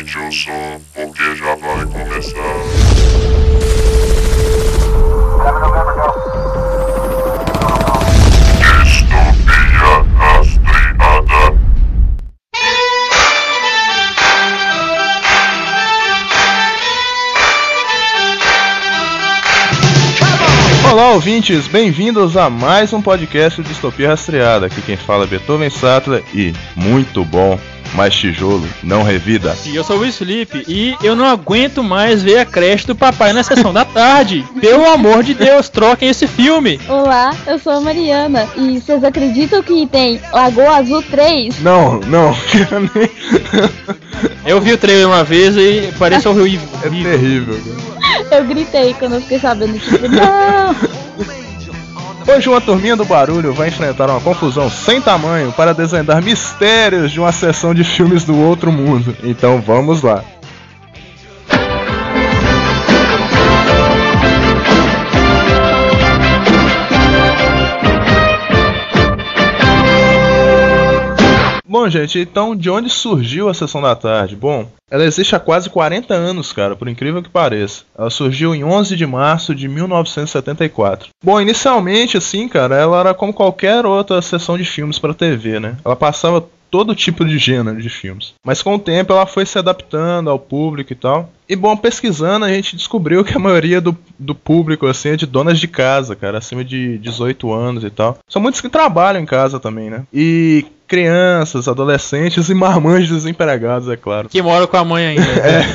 Aumente o som, porque já vai começar. Distopia Rastreada. Olá, ouvintes, bem-vindos a mais um podcast de Distopia Rastreada. Aqui quem fala é Beethoven Sattler e muito bom, mas tijolo não revida. E eu sou o Luiz Felipe e eu não aguento mais ver a creche do papai na sessão da tarde. Pelo amor de Deus, troquem esse filme. Olá, eu sou a Mariana e vocês acreditam que tem Lagoa Azul 3? Não. Eu vi o trailer uma vez e parece horrível. É terrível, cara. Eu gritei quando eu fiquei sabendo, tipo, não! Hoje uma turminha do barulho vai enfrentar uma confusão sem tamanho para desvendar mistérios de uma sessão de filmes do outro mundo. Então vamos lá. Bom, gente, então de onde surgiu a Sessão da Tarde? Bom, ela existe há quase 40 anos, cara, por incrível que pareça. Ela surgiu em 11 de março de 1974. Bom, inicialmente, assim, cara, ela era como qualquer outra sessão de filmes para TV, né? Ela passava todo tipo de gênero de filmes. Mas com o tempo ela foi se adaptando ao público e tal. E bom, pesquisando a gente descobriu que a maioria do público, assim, é de donas de casa, cara, acima de 18 anos e tal. São muitos que trabalham em casa também, né? E crianças, adolescentes e marmanjos desempregados, é claro. Que moram com a mãe ainda.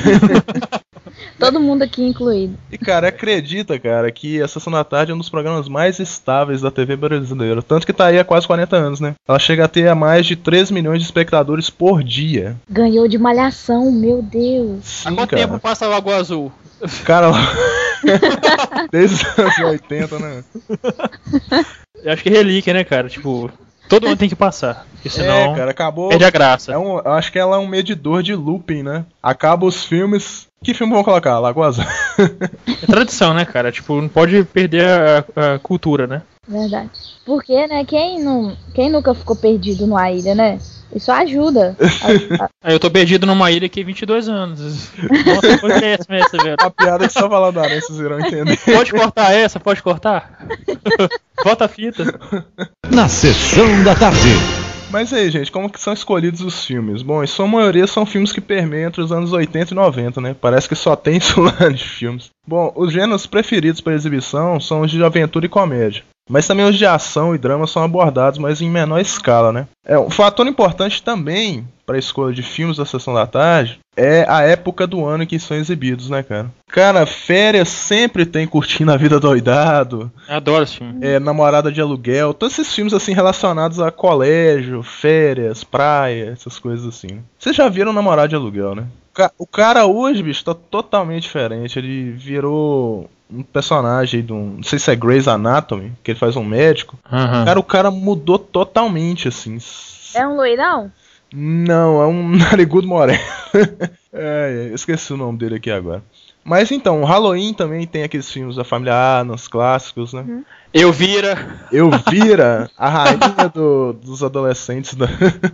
Todo mundo aqui incluído. E cara, acredita, cara, que a Sessão da Tarde é um dos programas mais estáveis da TV brasileira. Tanto que tá aí há quase 40 anos, né? Ela chega a ter mais de 3 milhões de espectadores por dia. Ganhou de Malhação, meu Deus. Sim, Há quanto cara. tempo passa a Lagoa Azul? Cara, desde os anos 80, né? Eu acho que é relíquia, né, cara? Tipo, todo mundo tem que passar. Porque senão Cara, acabou. perde a graça. Eu acho que ela é um medidor de looping, né? Acaba os filmes. Que filme vão colocar? Lagoa Azul. É tradição, né, cara? Tipo, não pode perder a cultura, né? Verdade. Porque, né, quem nunca ficou perdido numa ilha, né? Isso ajuda. Eu tô perdido numa ilha aqui há 22 anos. Nossa, foi péssima essa, velho. A piada é que só falar da aranha, vocês irão entender. Pode cortar essa? Pode cortar? Bota a fita. Na Sessão da Tarde. Mas aí, gente, como que são escolhidos os filmes? Bom, em sua maioria são filmes que permeiam entre os anos 80 e 90, né? Parece que só tem isso lá de filmes. Bom, os gêneros preferidos para exibição são os de aventura e comédia. Mas também os de ação e drama são abordados, mas em menor escala, né? Um fator importante também para a escolha de filmes da Sessão da Tarde é a época do ano em que são exibidos, né, cara? Cara, férias sempre tem Curtindo a Vida Doidado. Adoro esse filme. Namorada de Aluguel. Todos esses filmes, assim, relacionados a colégio, férias, praia, essas coisas assim. Vocês já viram Namorada de Aluguel, né? O cara hoje, bicho, tá totalmente diferente. Ele virou um personagem de um... Não sei se é Grey's Anatomy, que ele faz um médico. Uhum. Cara, o cara mudou totalmente, assim. É um loirão? Não, é um narigudo moreno. Esqueci o nome dele aqui agora. Mas então, o Halloween também tem aqueles filmes da família Addams, clássicos, né? Uhum. Elvira, a rainha dos adolescentes da...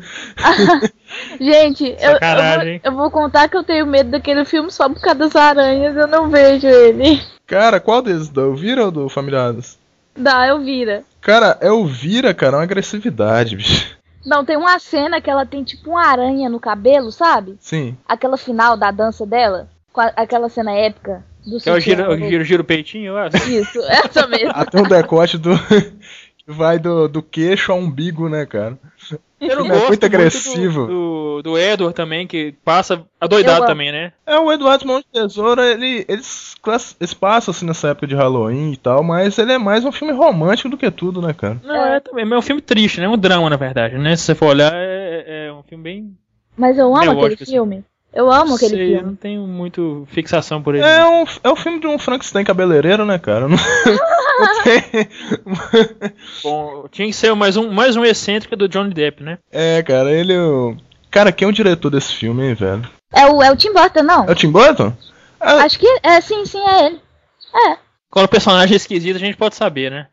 Gente, eu vou contar que eu tenho medo daquele filme só por causa das aranhas, eu não vejo ele. Cara, qual deles? Da Elvira ou do Família Addams? Da Elvira. Cara, Elvira, cara, é uma agressividade, bicho. Não, tem uma cena que ela tem tipo uma aranha no cabelo, sabe? Sim. Aquela final da dança dela, com aquela cena épica do Que é o giro o peitinho, eu acho. Isso, essa mesmo. Até um decote que vai do queixo ao umbigo, né, cara? Eu não É gosto muito agressivo. do Edward também, que passa adoidado também, né? O Eduardo Mão de Tesoura, eles passam assim nessa época de Halloween e tal, mas ele é mais um filme romântico do que tudo, né, cara? Não, também, mas é um filme triste, né? Um drama, na verdade, né? Se você for olhar, é um filme bem... Mas eu amo aquele Lógico, filme. Eu amo aquele Eu filme. não tenho muito fixação por ele. É o filme de um Frankenstein cabeleireiro, né, cara? Não tem... Bom, tinha que ser mais um excêntrico do Johnny Depp, né? Cara, ele... Cara, quem é o diretor desse filme, hein, velho? É o Tim Burton, não? É o Tim Burton? Acho que sim, é ele. Quando o personagem é esquisito, a gente pode saber, né?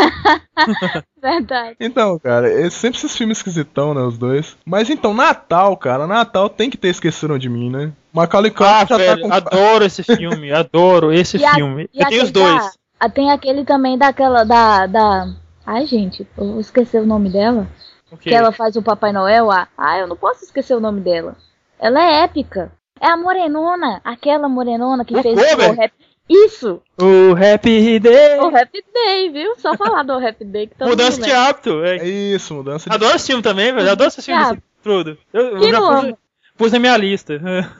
Verdade. Então, cara, sempre esses filmes esquisitão, né, os dois. Mas então, Natal, cara, Natal tem que ter Esqueceram de Mim, né? Macaulay Culkin já velho, tá com... adoro esse filme, adoro esse filme. Eu tenho os dois. Tem aquele também daquela, Ai, gente, eu vou esquecer o nome dela. Okay. Que ela faz o Papai Noel. Eu não posso esquecer o nome dela. Ela é épica. É a morenona, aquela morenona que fez o rap. Isso! O Happy Day! O Happy Day, viu? Só falar do Happy Day que todo mudança de hábito. É isso, mudança de... Adoro esse filme também, velho. Adoro esse filme tudo. Eu já pus na minha lista.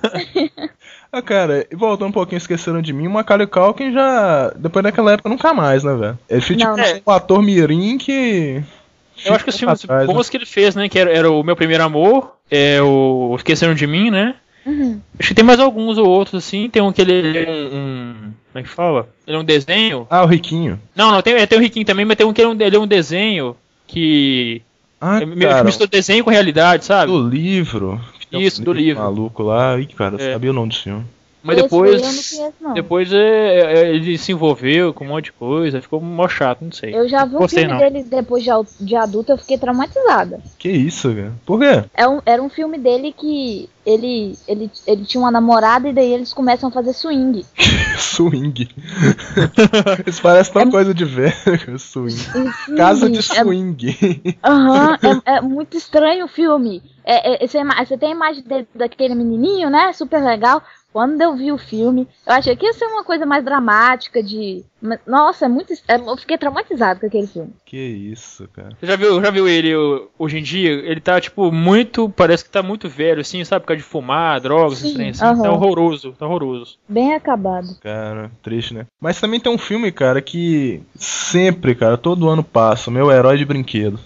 Cara, e voltando um pouquinho, Esqueceram de Mim, o Macaulay Culkin já... Depois daquela época, nunca mais, né, velho? Ele foi tipo um ator mirim que... Eu acho que os filmes bons que ele fez, né? Que era o Meu Primeiro Amor, o Esqueceram de Mim, né? Uhum. Acho que tem mais alguns ou outros, assim. Tem um que ele é como é que fala? Ele é um desenho. O Riquinho. Não, tem o Riquinho também, mas tem um que ele é um desenho que... mistura desenho com realidade, sabe? Do livro. Isso, do livro. Maluco lá. Ih, cara, eu sabia o nome do filme. Mas depois ele se envolveu com um monte de coisa, ficou mó chato, não sei. Eu já vi um filme dele depois de adulto, eu fiquei traumatizada. Que isso, cara? Por quê? Era um filme dele que ele tinha uma namorada e daí eles começam a fazer swing. Swing. Isso parece tão coisa de velho, swing. Sim, casa de swing. É muito estranho o filme. Você tem a imagem daquele menininho, né? Super legal. Quando eu vi o filme, eu achei que ia ser uma coisa mais dramática Nossa, eu fiquei traumatizado com aquele filme. Que isso, cara. Você já viu ele hoje em dia? Ele tá, tipo, parece que tá muito velho, assim, sabe? Por causa de fumar, drogas, assim. Tá horroroso. Bem acabado. Cara, triste, né? Mas também tem um filme, cara, que sempre, cara, todo ano passa. Meu Herói de Brinquedo.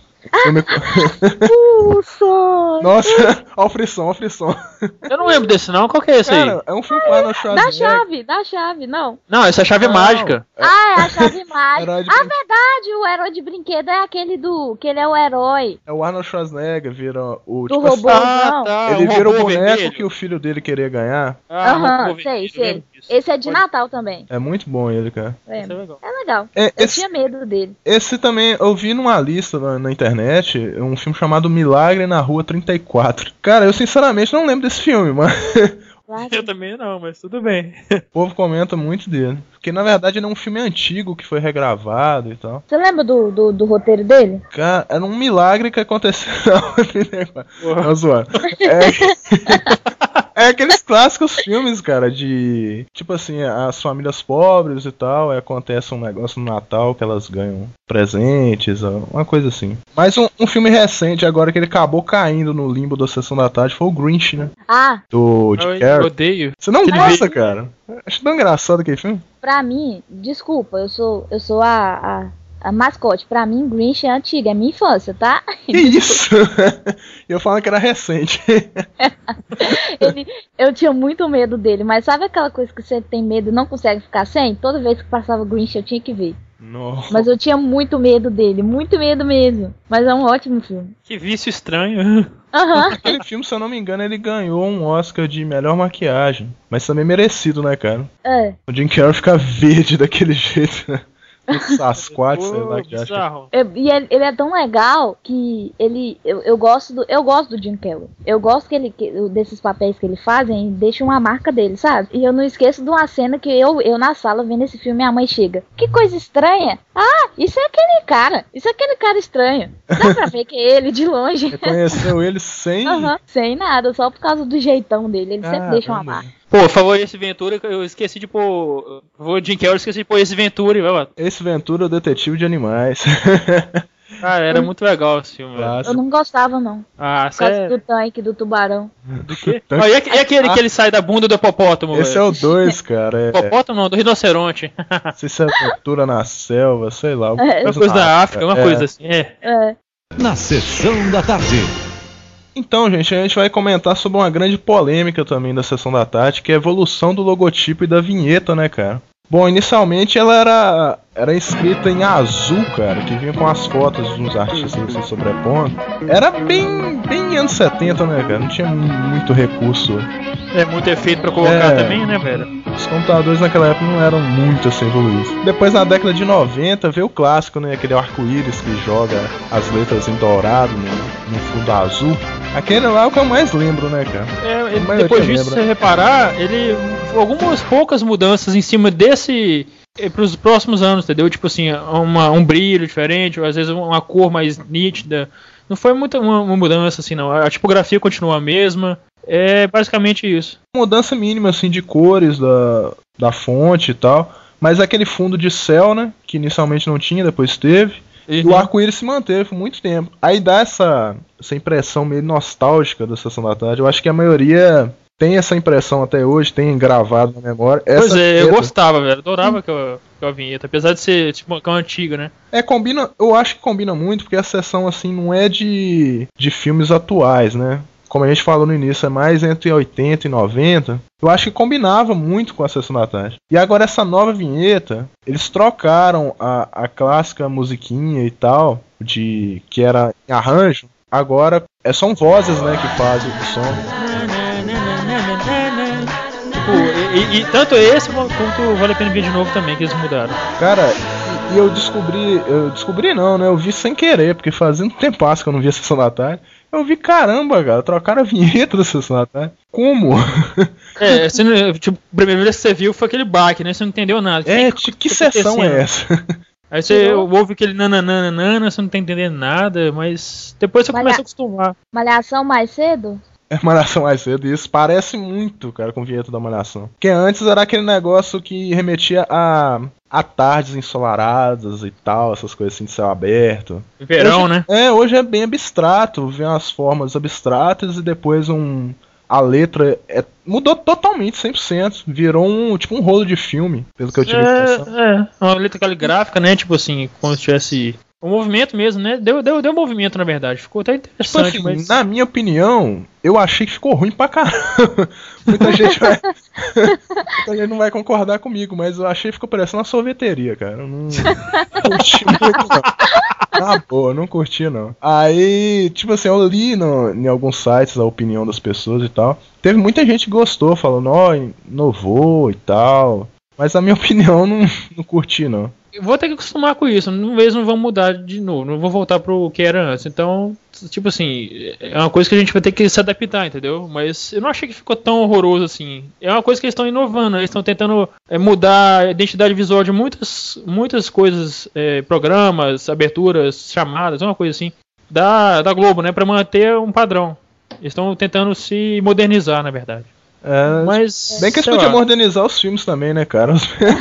Nossa, ó a frição. Eu não lembro desse não, qual que é esse aí? Cara, é um filme lá na chave. Da chave, não. Não, essa é a chave mágica. É a chave mágica. Verdade, o Herói de Brinquedo é aquele que ele é o herói. É o Arnold Schwarzenegger, vira o... Do robô, não. Ele vira o boneco vermelho que o filho dele queria ganhar. Sei. Esse é de Natal também. É muito bom ele, cara. É legal. Eu tinha medo dele. Esse também, eu vi numa lista na internet, um filme chamado Milagre na Rua 34. Cara, eu sinceramente não lembro desse filme, mas... Eu também não, mas tudo bem. O povo comenta muito dele. Porque na verdade ele é um filme antigo que foi regravado e tal. Você lembra do roteiro dele? Cara, era um milagre que aconteceu na Rua 34. Não, zoando. É aqueles clássicos filmes, cara, de... Tipo assim, as famílias pobres e tal, aí acontece um negócio no Natal que elas ganham presentes, uma coisa assim. Mas um filme recente agora que ele acabou caindo no limbo da Sessão da Tarde foi o Grinch, né? Do Jim Carrey. Eu odeio. Você não gosta, cara? Acho tão engraçado aquele filme. Pra mim, desculpa, eu sou a mascote. Pra mim, Grinch é antiga, é minha infância, tá? Que isso? Eu falando que era recente. Eu tinha muito medo dele, mas sabe aquela coisa que você tem medo e não consegue ficar sem? Toda vez que passava Grinch eu tinha que ver. Nossa. Mas eu tinha muito medo dele, muito medo mesmo. Mas é um ótimo filme. Que vício estranho. Aquele filme, se eu não me engano, ele ganhou um Oscar de melhor maquiagem. Mas também merecido, né, cara? O Jim Carrey fica verde daquele jeito, né? Sasquatch, sei lá que acha. E ele é tão legal que eu gosto do Jim Carrey. Eu gosto desses papéis que ele faz e deixa uma marca dele, sabe? E eu não esqueço de uma cena que eu na sala vendo esse filme, minha mãe chega. Que coisa estranha! Isso é aquele cara estranho. Dá pra ver que é ele de longe. Reconheceu ele sem... Sem nada, só por causa do jeitão dele. Ele sempre deixa uma marca. Pô, por favor, esse Ventura, eu esqueci de pôr. Vou Jim Carrey, eu esqueci de pôr esse Ventura, velho. Esse Ventura é o detetive de animais. Cara, era muito legal esse filme, velho. Eu não gostava, não. Por causa do tanque, do tubarão. Do quê? E aquele que ele sai da bunda do hipopótamo, velho? Esse é o 2, cara. Hipopótamo não, do rinoceronte. Não sei se é Ventura na selva, sei lá. Uma coisa da África, uma coisa assim. Na Sessão da Tarde. Então, gente, a gente vai comentar sobre uma grande polêmica também da Sessão da Tarde, que é a evolução do logotipo e da vinheta, né, cara? Bom, inicialmente ela era escrita em azul, cara, que vinha com as fotos de uns artistas se sobrepondo. Era bem anos 70, né, cara? Não tinha muito recurso É muito efeito pra colocar também, né, velho? Os computadores naquela época não eram muito assim evoluídos. Depois, na década de 90, veio o clássico, né? Aquele arco-íris que joga as letras em dourado no fundo azul. Aquele lá é o que eu mais lembro, né, cara? Depois disso, se você reparar, algumas poucas mudanças em cima desse pros próximos anos, entendeu? Tipo assim, um brilho diferente, ou às vezes uma cor mais nítida. Não foi muita uma mudança assim, não. A tipografia continua a mesma. É basicamente isso. Mudança mínima, assim, de cores da fonte e tal. Mas aquele fundo de céu, né? Que inicialmente não tinha, depois teve. E o arco-íris se manteve por muito tempo. Aí dá essa impressão meio nostálgica da Sessão da Tarde. Eu acho que a maioria tem essa impressão até hoje, tem gravado na memória. Pois eu gostava, velho. Adorava aquela vinheta. Apesar de ser tipo uma antiga, né? Combina. Eu acho que combina muito, porque a sessão, assim, não é de filmes atuais, né? Como a gente falou no início, é mais entre 80 e 90. Eu acho que combinava muito com a Sessão da Tarde. E agora essa nova vinheta, eles trocaram a clássica musiquinha e tal, que era em arranjo. Agora são vozes, né, que fazem o som. E tanto esse quanto Vale a Pena Ver de Novo também, que eles mudaram. Cara, e eu descobri não, né? Eu vi sem querer, porque fazia um tempasso que eu não via a Sessão da Tarde. Eu vi, caramba, cara, trocaram a vinheta da Sessão da Tarde. Como? Você não, tipo, a primeira vez que você viu foi aquele baque, né? Você não entendeu nada. Que sessão é essa? Aí você ouve aquele nananana, você não tá entendendo nada, mas depois você começa a acostumar. Malhação mais cedo? Malhação mais cedo, isso parece muito, cara, com a vinheta da Malhação. Porque antes era aquele negócio que remetia a tardes ensolaradas e tal, essas coisas assim de céu aberto. Verão, hoje, né? Hoje é bem abstrato, vem as formas abstratas e depois a letra mudou totalmente, 100%. Virou um rolo de filme, pelo que eu tive impressão. Uma letra caligráfica, né? Tipo assim, como se tivesse um movimento mesmo, né? Deu movimento, na verdade. Ficou até interessante, tipo assim, mas... Na minha opinião, eu achei que ficou ruim pra caramba. Muita gente não vai concordar comigo, mas eu achei que ficou parecendo uma sorveteria, cara. Eu não curti muito, não. Na boa, não curti, não. Aí, tipo assim, eu li em alguns sites a opinião das pessoas e tal. Teve muita gente que gostou, falando, inovou e tal. Mas a minha opinião, não curti, não. Eu vou ter que acostumar com isso, eles não vão mudar de novo, não vou voltar pro que era antes. Então, tipo assim, é uma coisa que a gente vai ter que se adaptar, entendeu? Mas eu não achei que ficou tão horroroso assim. É uma coisa que eles estão inovando, eles estão tentando mudar a identidade visual de muitas coisas, programas, aberturas, chamadas, uma coisa assim, da Globo, né, pra manter um padrão. Eles estão tentando se modernizar, na verdade. Mas bem que eles podiam modernizar os filmes também, né, cara?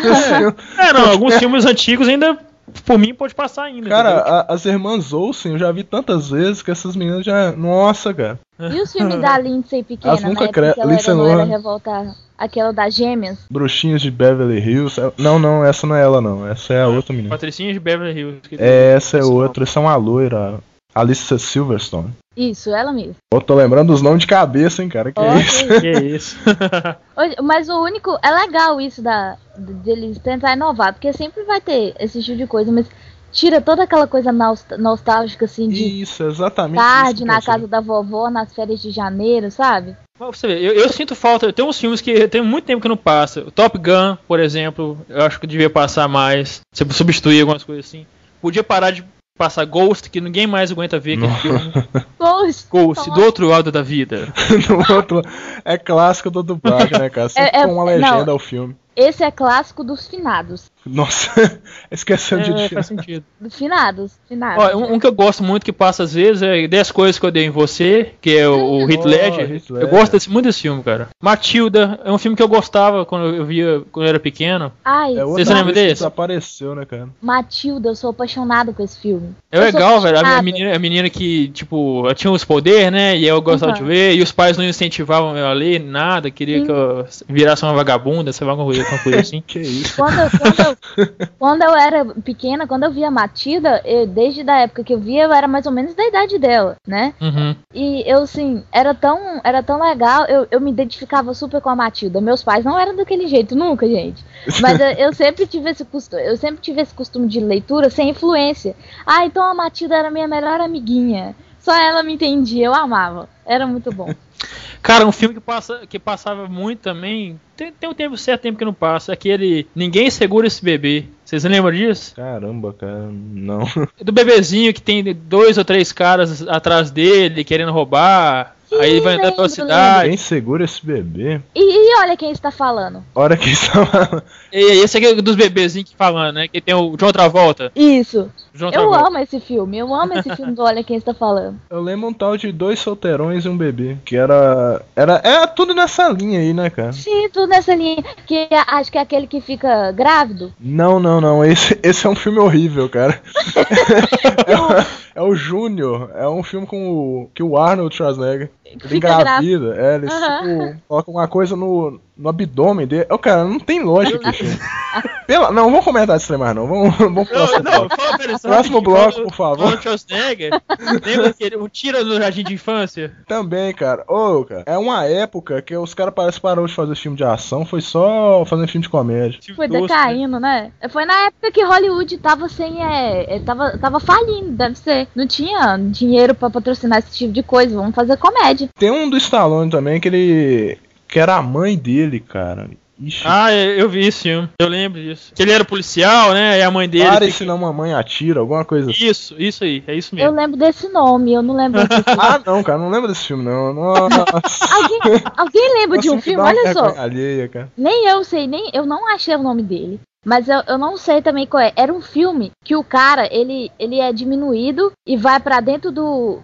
Alguns filmes antigos ainda, por mim, pode passar ainda. Cara, as irmãs Olsen, eu já vi tantas vezes que essas meninas já... Nossa, cara. E os filmes da Lindsay pequena, As nunca Lindsay não era revoltada? Aquela das gêmeas? Bruxinhas de Beverly Hills. Não, essa não é ela, não. Essa é a outra menina. Patricinhas de Beverly Hills. Essa é outra. Essa é uma loira. Alicia Silverstone. Isso, ela mesmo. Eu tô lembrando os nomes de cabeça, hein, cara. Que é isso? Mas o único... É legal isso deles tentar inovar, porque sempre vai ter esse tipo de coisa, mas tira toda aquela coisa nostálgica, assim, de... Isso, exatamente. Tarde na casa da vovó, nas férias de janeiro, sabe? Você vê, eu sinto falta... Tem uns filmes que tem muito tempo que não passa. O Top Gun, por exemplo, eu acho que devia passar mais. Substituir algumas coisas assim. Podia parar de passar Ghost, que ninguém mais aguenta ver aquele filme. Ghost, do outro lado da vida. Do outro, é clássico do dublagem, né, cara? Sempre com uma legenda ao filme. Esse é clássico dos finados. Nossa, esqueceu de faz sentido. Dos finados. Ó, um que eu gosto muito que passa às vezes é 10 Coisas que eu dei em você, que é o Heath Ledger. Eu gosto muito desse filme, cara. Matilda é um filme que eu gostava quando eu via quando eu era pequeno. Ai, você se lembra desse? Desapareceu, né, cara? Matilda, eu sou apaixonado com esse filme. É legal, velho. A menina que, tipo, ela tinha os poderes, né? E eu gostava de ver. E os pais não incentivavam ela a ler nada. Queria que eu virasse uma vagabunda, sei lá, uma coisa assim. Que isso? Quando eu era pequena, quando eu via Matilda, desde a época que eu via, eu era mais ou menos da idade dela, né? Uhum. E eu, assim, era tão legal, eu me identificava super com a Matilda. Meus pais não eram daquele jeito, nunca, gente. Mas eu sempre tive esse costume de leitura sem influência. Então a Matilda era minha melhor amiguinha. Só ela me entendia, eu amava. Era muito bom. Cara, um filme que passava muito também. Tem um certo tempo que não passa. Aquele Ninguém Segura Esse Bebê. Vocês lembram disso? Caramba, cara, não. Do bebezinho que tem 2 ou 3 caras atrás dele querendo roubar. Aí ele vai andar pela cidade. Quem segura esse bebê? E olha quem está falando. Olha quem está falando. E esse aqui é dos bebezinhos que falando, né? Que tem o John Travolta. Isso. John Eu Travolta. amo esse filme. Eu amo esse filme do Olha Quem Está Falando. Eu lembro um tal de 2 solteirões e um bebê. Que era tudo nessa linha aí, né, cara? Sim, tudo nessa linha. Que acho que é aquele que fica grávido. Não. Esse é um filme horrível, cara. É o Júnior. É um filme com que o Arnold Schwarzenegger. Ele Fica engravida. Eles tipo, colocam uma coisa no abdômen dele. Cara, não tem lógica esse filme. Não, vamos comentar isso mais não. Vamos pro próximo bloco, por favor. O Schwarzenegger, lembra que o tira do jardim de infância? Também, cara. Cara, é uma época que os caras parecem que parou de fazer filme de ação, foi só fazendo filme de comédia. Foi decaindo, né? Foi na época que Hollywood tava sem. Tava falindo, deve ser. Não tinha dinheiro pra patrocinar esse tipo de coisa. Vamos fazer comédia. Tem um do Stallone também que era a mãe dele, cara. Ixi. Ah, eu vi esse filme. Eu lembro disso. Que ele era policial, né? E a mãe dele. Pare senão mamãe atira, alguma coisa assim. Isso aí, é isso mesmo. Eu lembro desse nome, eu não lembro desse filme. Não, cara, não lembro desse filme, não. Nossa. Alguém lembra de um filme? Olha só. Alheia, cara. Nem eu sei, eu não achei o nome dele. Mas eu não sei também qual é. Era um filme que o cara, ele é diminuído e vai pra dentro do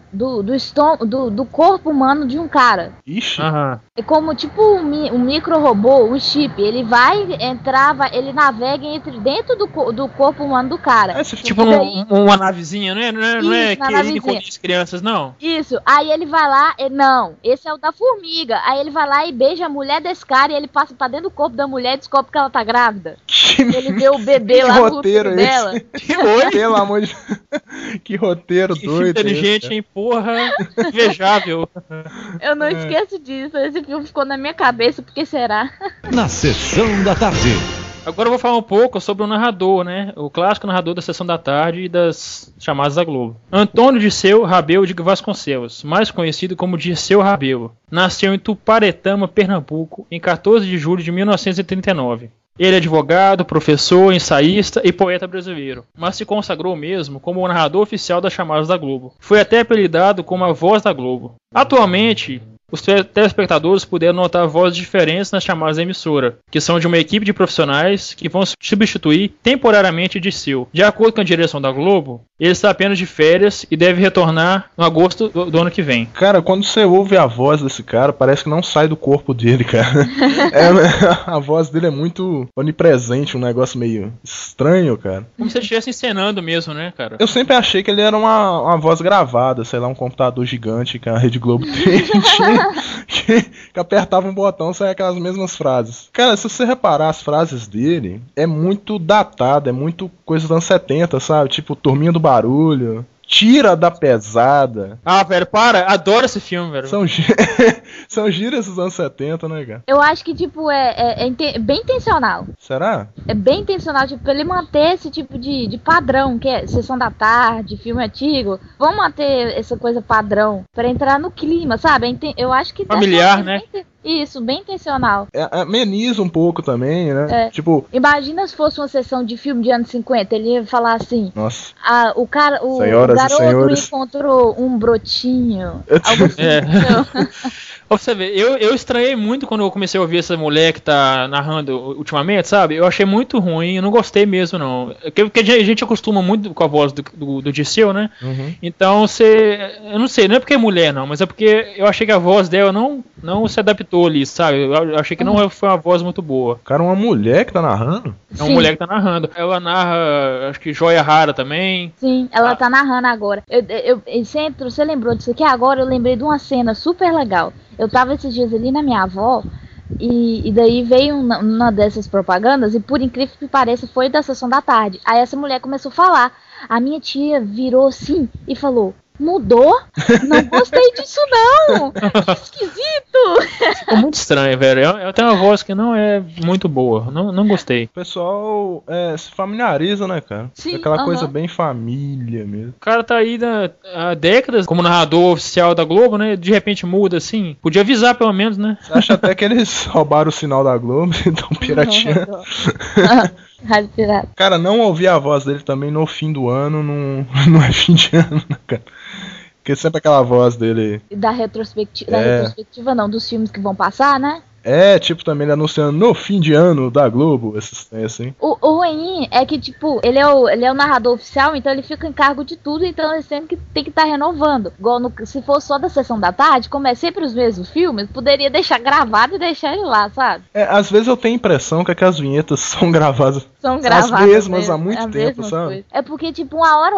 corpo humano de um cara. Ixi. É como tipo um micro-robô, um chip. Ele vai entrar, ele navega dentro do corpo humano do cara. Tipo uma navezinha, né? Não é que ele conhece crianças, não? Isso. Aí ele vai lá, não, esse é o da formiga. Aí ele vai lá e beija a mulher desse cara e ele passa pra dentro do corpo da mulher e descobre que ela tá grávida. Ele vê o bebê lá no útero dela. Que oi? Pelo amor de que roteiro que doido. Inteligente, hein? Porra, invejável. Eu não esqueço disso. Esse filme ficou na minha cabeça, porque será? Na Sessão da Tarde. Agora eu vou falar um pouco sobre o narrador, né? O clássico narrador da Sessão da Tarde e das chamadas da Globo. Antônio Dirceu Rabelo de Vasconcelos, mais conhecido como Dirceu Rabelo. Nasceu em Tuparetama, Pernambuco, em 14 de julho de 1939. Ele é advogado, professor, ensaísta e poeta brasileiro, mas se consagrou mesmo como o narrador oficial das chamadas da Globo. Foi até apelidado como a Voz da Globo. Atualmente, os telespectadores puderam notar vozes diferentes nas chamadas da emissora, que são de uma equipe de profissionais que vão substituir temporariamente Dirceu. De acordo com a direção da Globo, ele está apenas de férias e deve retornar no agosto do ano que vem. Cara, quando você ouve a voz desse cara, parece que não sai do corpo dele, cara. A voz dele é muito onipresente, um negócio meio estranho, cara. Como se ele estivesse encenando mesmo, né, cara? Eu sempre achei que ele era uma voz gravada, sei lá, um computador gigante que a Rede Globo tem. Que apertava um botão e saia aquelas mesmas frases. Cara, se você reparar as frases dele, é muito datado, é muito coisa dos anos 70, sabe? Tipo, Turminha do Barulho, Tira da Pesada. Ah, velho, para! Adoro esse filme, velho. São gírias dos anos 70, né, cara? Eu acho que, tipo, é bem intencional. Será? É bem intencional, tipo, pra ele manter esse tipo de padrão, que é Sessão da Tarde, filme antigo. Vamos manter essa coisa padrão pra entrar no clima, sabe? Eu acho que... Familiar, né? Isso, bem intencional. Ameniza um pouco também, né? Tipo... Imagina se fosse uma sessão de filme de anos 50, ele ia falar assim... Nossa. O garoto encontrou um brotinho. Algo assim, Você vê, eu estranhei muito quando eu comecei a ouvir essa mulher que tá narrando ultimamente, sabe? Eu achei muito ruim, eu não gostei mesmo, não. Porque a gente acostuma muito com a voz do Dirceu, né? Uhum. Então, eu não sei, não é porque é mulher, não, mas é porque eu achei que a voz dela não se adaptou ali, sabe? Eu achei que não foi uma voz muito boa. Cara, uma mulher que tá narrando? É uma mulher que tá narrando. Ela narra, acho que Joia Rara também. Sim, ela tá narrando agora. Você lembrou disso aqui? Agora eu lembrei de uma cena super legal. Eu tava esses dias ali na minha avó e daí veio uma dessas propagandas e, por incrível que pareça, foi da Sessão da Tarde. Aí essa mulher começou a falar. A minha tia virou assim e falou: Mudou? Não gostei disso, não! Que esquisito! Ficou muito estranho, velho. Eu tenho uma voz que não é muito boa. Não gostei. O pessoal se familiariza, né, cara? Sim, Aquela coisa bem família mesmo. O cara tá aí há décadas como narrador oficial da Globo, né? De repente muda assim. Podia avisar pelo menos, né? Você acha até que eles roubaram o sinal da Globo e estão pirateando. Rádio Pirata. Cara, não ouvir a voz dele também no fim do ano não é fim de ano, né, cara? Porque sempre aquela voz dele. Da retrospectiva. Da retrospectiva não, dos filmes que vão passar, né? É, tipo, também ele anunciando no fim de ano da Globo, esses tem assim. O ruim é que, tipo, ele é o narrador oficial, então ele fica em cargo de tudo, então ele sempre tem que estar renovando. Igual se for só da Sessão da Tarde, como é sempre os mesmos filmes, poderia deixar gravado e deixar ele lá, sabe? Às vezes eu tenho a impressão que aquelas vinhetas são gravadas. São gravadas as mesmas há muito tempo, sabe? Coisas. É porque, tipo,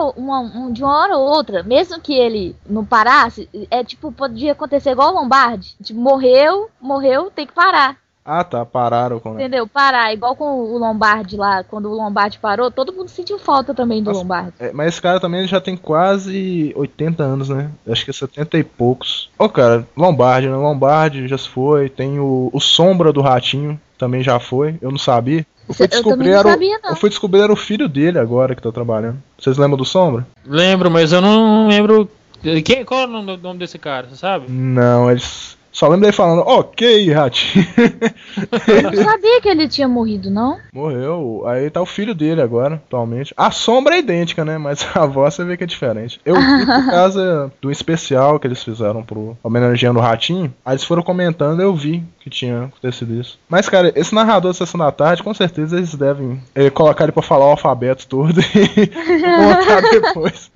de uma hora ou outra, mesmo que ele não parasse, tipo, podia acontecer igual o Lombardi. Tipo, morreu, tem que parar. Ah, tá, pararam com... Entendeu? Parar, igual com o Lombardi lá, quando o Lombardi parou, todo mundo sentiu falta também do Lombardi. Mas esse cara também já tem quase 80 anos, né? Acho que é 70 e poucos. Cara, Lombardi, né? Lombardi já se foi, tem o Sombra do Ratinho, também já foi, eu não sabia. Eu fui descobrir era o filho dele agora que tá trabalhando. Vocês lembram do Sombra? Lembro, mas eu não lembro... Qual é o nome desse cara, você sabe? Não, eles... Só lembro dele falando, ok, Ratinho. Eu não sabia que ele tinha morrido, não? Morreu. Aí tá o filho dele agora, atualmente. A sombra é idêntica, né? Mas a voz você vê que é diferente. Eu vi por causa do especial que eles fizeram pro homenageando o Ratinho. Aí eles foram comentando, eu vi que tinha acontecido isso. Mas, cara, esse narrador da Sessão da Tarde, com certeza eles devem colocar ele pra falar o alfabeto todo e montar depois.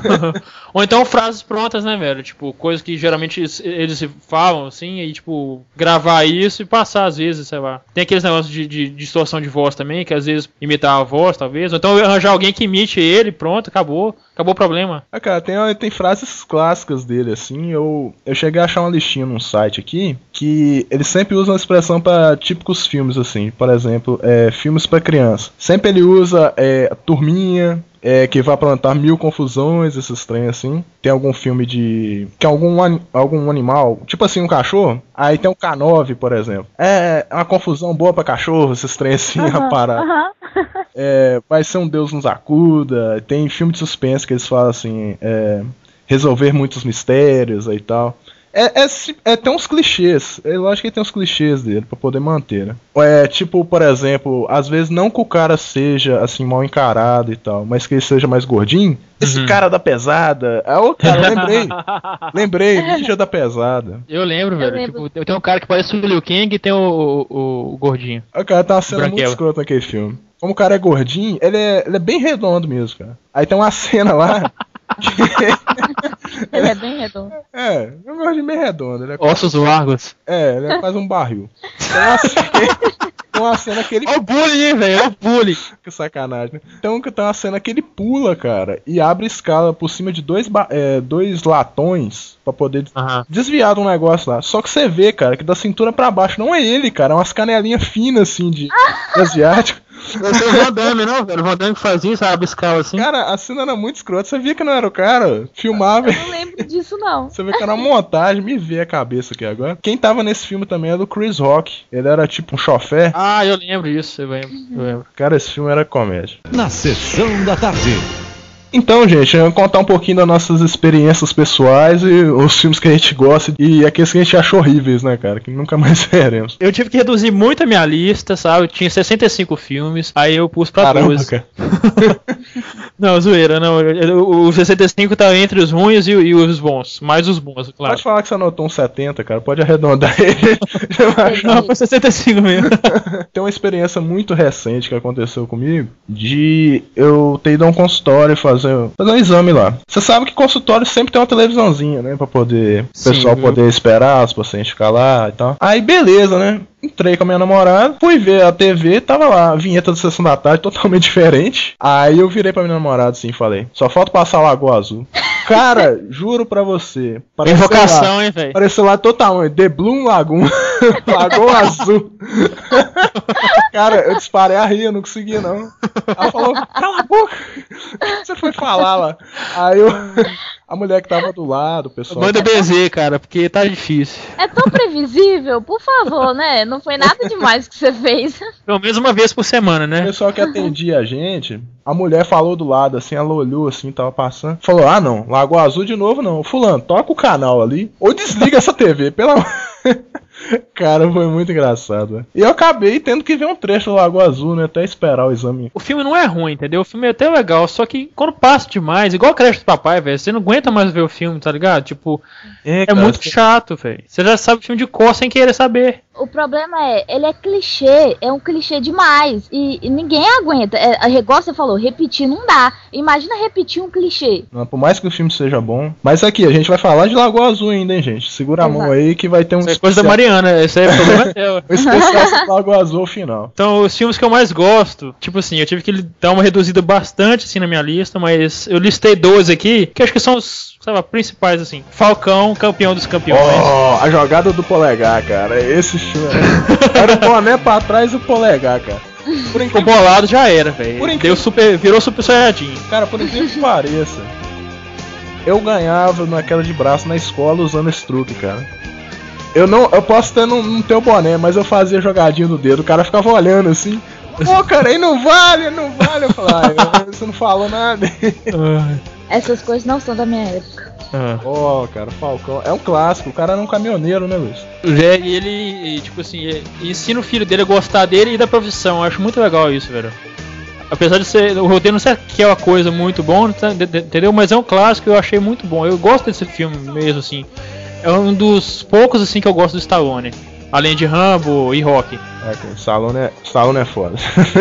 Ou então frases prontas, né, velho? Tipo, coisas que geralmente eles falam, assim, e tipo, gravar isso e passar às vezes, sei lá. Tem aqueles negócios de distorção de voz também, que às vezes imitar a voz, talvez. Ou então arranjar alguém que imite ele, pronto, acabou o problema. Cara, tem frases clássicas dele, assim. Eu cheguei a achar uma listinha num site aqui que eles sempre usam a expressão para típicos filmes, assim. Por exemplo, filmes para criança. Sempre ele usa turminha, que vai plantar mil confusões, esses trem assim. Tem algum filme de... que algum animal, tipo assim, um cachorro. Aí tem um K9, por exemplo. É uma confusão boa pra cachorro, esses trem assim, a parada. Vai ser um Deus nos acuda. Tem filme de suspense que eles falam assim, resolver muitos mistérios e tal. Tem uns clichês. Eu acho que tem uns clichês dele pra poder manter, né? Tipo, por exemplo, às vezes não que o cara seja assim mal encarado e tal, mas que ele seja mais gordinho. Esse cara da pesada. Cara, lembrei, Ninja da Pesada. Eu lembro, velho. Tipo, tem um cara que parece o Liu Kang e tem o gordinho. O cara tá uma cena muito escrota naquele filme. Como o cara é gordinho, ele é bem redondo mesmo, cara. Aí tem uma cena lá. Ele é bem redondo. É um gordinho bem redondo. Ossos largos. Ele é quase um barril. Tem uma cena que ele... Ó o bullying, hein, velho? Ó o bullying. Que sacanagem, né? Então tem uma cena que ele pula, cara, e abre escala por cima de dois latões pra poder desviar de um negócio lá. Só que você vê, cara, que da cintura pra baixo não é ele, cara. É umas canelinhas finas, assim, de asiático. Não tem o Van Damme, não, velho. O Van Damme que fazia isso, abre escala assim. Cara, a cena era muito escrota. Você via que não era o cara. Filmava. Eu não lembro disso, não. Você vê que era uma montagem. Me vê a cabeça aqui agora. Quem tava nesse filme também era o Chris Rock. Ele era tipo um chofer. Ah, eu lembro disso. Eu lembro. Cara, esse filme era comédia. Na Sessão da Tarde. Então, gente, eu vou contar um pouquinho das nossas experiências pessoais e os filmes que a gente gosta e aqueles que a gente achou horríveis, né, cara? Que nunca mais veremos. Eu tive que reduzir muito a minha lista, sabe? Eu tinha 65 filmes, aí eu pus pra 12. Cara. Não, zoeira, não. O 65 tá entre os ruins e os bons. Mais os bons, claro. Pode falar que você anotou um 70, cara. Pode arredondar ele. Não, foi 65 mesmo. Tem uma experiência muito recente que aconteceu comigo de eu ter ido a um consultório fazer um exame lá. Você sabe que consultório sempre tem uma televisãozinha, né? Pra poder o pessoal poder esperar, os pacientes ficar lá e tal. Aí beleza, né? Entrei com a minha namorada, fui ver a TV, tava lá, a vinheta da Sessão da Tarde, totalmente diferente. Aí eu virei pra minha namorada assim e falei, só falta passar a Lagoa Azul. Cara, juro pra você. Invocação, hein, velho? Apareceu lá totalmente, The Blue Lagoon. Lagoa Azul. Cara, eu disparei a rir, eu não conseguia, não. Ela falou, cala a boca! Você foi falar lá. Aí a mulher que tava do lado, o pessoal... Manda benzer, cara, porque tá difícil. É tão previsível, por favor, né? Não foi nada demais que você fez. Pelo menos uma vez por semana, O né? pessoal que atendia a gente, a mulher falou do lado, assim, ela olhou assim, tava passando. Falou, ah não, Lagoa Azul de novo não. Fulano, toca o canal ali, ou desliga essa TV, pelo amor... Cara, foi muito engraçado, né? E eu acabei tendo que ver um trecho do Lagoa Azul, né? Até esperar o exame. O filme não é ruim, entendeu? O filme é até legal, só que quando passa demais, igual a Creche do Papai, velho, você não aguenta mais ver o filme, tá ligado? Tipo, é cara, muito chato, velho. Você já sabe o filme de cor sem querer saber. O problema é, ele é clichê, é um clichê demais. E ninguém aguenta. Igual você falou, repetir não dá. Imagina repetir um clichê. Não, por mais que o filme seja bom. Mas aqui, a gente vai falar de Lagoa Azul ainda, hein, gente? Segura a mão aí que vai ter um Isso é coisa da Mariana, esse é o problema dela. um especial sobre Lagoa Azul ao final. Então, os filmes que eu mais gosto, tipo assim, eu tive que dar uma reduzida bastante assim na minha lista, mas eu listei 12 aqui, que acho que são os, sei lá, principais assim. Falcão, campeão dos campeões. Oh, a jogada do polegar, cara. Esse filme era o boné pra trás e o polegar, cara. Por O incrível, bolado já era, velho. Por incrível- Virou super saiyajin. cara, por incrível que pareça, eu ganhava naquela de braço na escola usando esse truque, cara. Eu posso ter não ter o boné, mas eu fazia jogadinha no dedo, o cara ficava olhando assim. Pô, cara, aí não vale. Eu falava, você não falou nada. Essas coisas não são da minha época. Ó, cara, Falcão. É um clássico, o cara era um caminhoneiro, né, Luiz? E ele, tipo assim, ensina o filho dele a gostar dele e da profissão. Eu acho muito legal isso, velho. Apesar de ser, o roteiro não ser que é uma coisa muito bom, entendeu? Mas é um clássico e eu achei muito bom. Eu gosto desse filme mesmo, assim. É um dos poucos, assim, que eu gosto do Stallone. Além de Rambo e Rocky. Stallone é foda.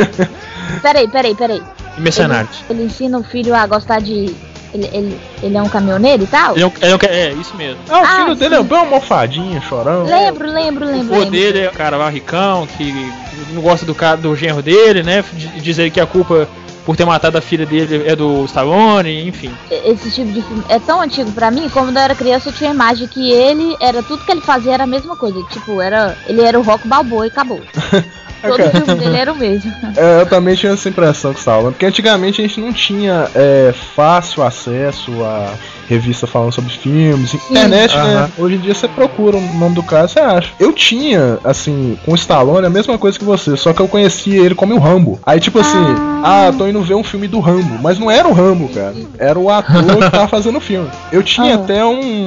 Peraí. E Mercenários. Ele ensina o filho a gostar de... Ele é um caminhoneiro e tal? É isso mesmo. O filho dele é bem almofadinho, chorão. Lembro. O dele é o cara lá ricão, que não gosta do genro dele, né? Dizer que a culpa por ter matado a filha dele é do Stallone, enfim. Esse tipo de filme é tão antigo pra mim, como quando eu era criança eu tinha a imagem que ele era tudo que ele fazia era a mesma coisa. Tipo, ele era o Rock Balboa e acabou. Todo o filme dele era o mesmo. Eu também tinha essa impressão com o Stallone, porque antigamente a gente não tinha fácil acesso a revista falando sobre filmes, internet, né? Hoje em dia você procura o nome do cara, você acha. Eu tinha, assim, com o Stallone a mesma coisa que você, só que eu conhecia ele como o Rambo. Aí tipo assim, tô indo ver um filme do Rambo, mas não era o Rambo, cara. Era o ator que tava fazendo o filme. Eu tinha até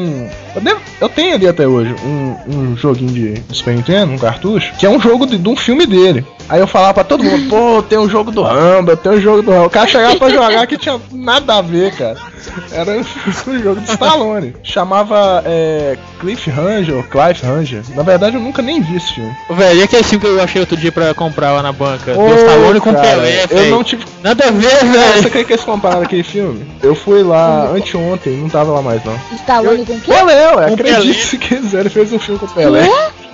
eu tenho ali até hoje um joguinho de Super Nintendo, um cartucho, que é um jogo de um filme dele. Aí eu falava pra todo mundo, pô, tem um jogo do Rambo, tem um jogo do Rambo. O cara chegava pra jogar que tinha nada a ver, cara. Era um jogo de Stallone. Chamava Cliff Ranger. Na verdade eu nunca nem vi esse filme. Velho, e aquele filme que eu achei outro dia pra comprar lá na banca? Do Stallone com Pelé, eu não tive... Nada a ver, velho. Você quer que eles compraram aquele filme? Eu fui lá anteontem, não tava lá mais não. Stallone com quem? Pelé, Com acredite Pelé. se quiser, ele fez um filme com o Pelé.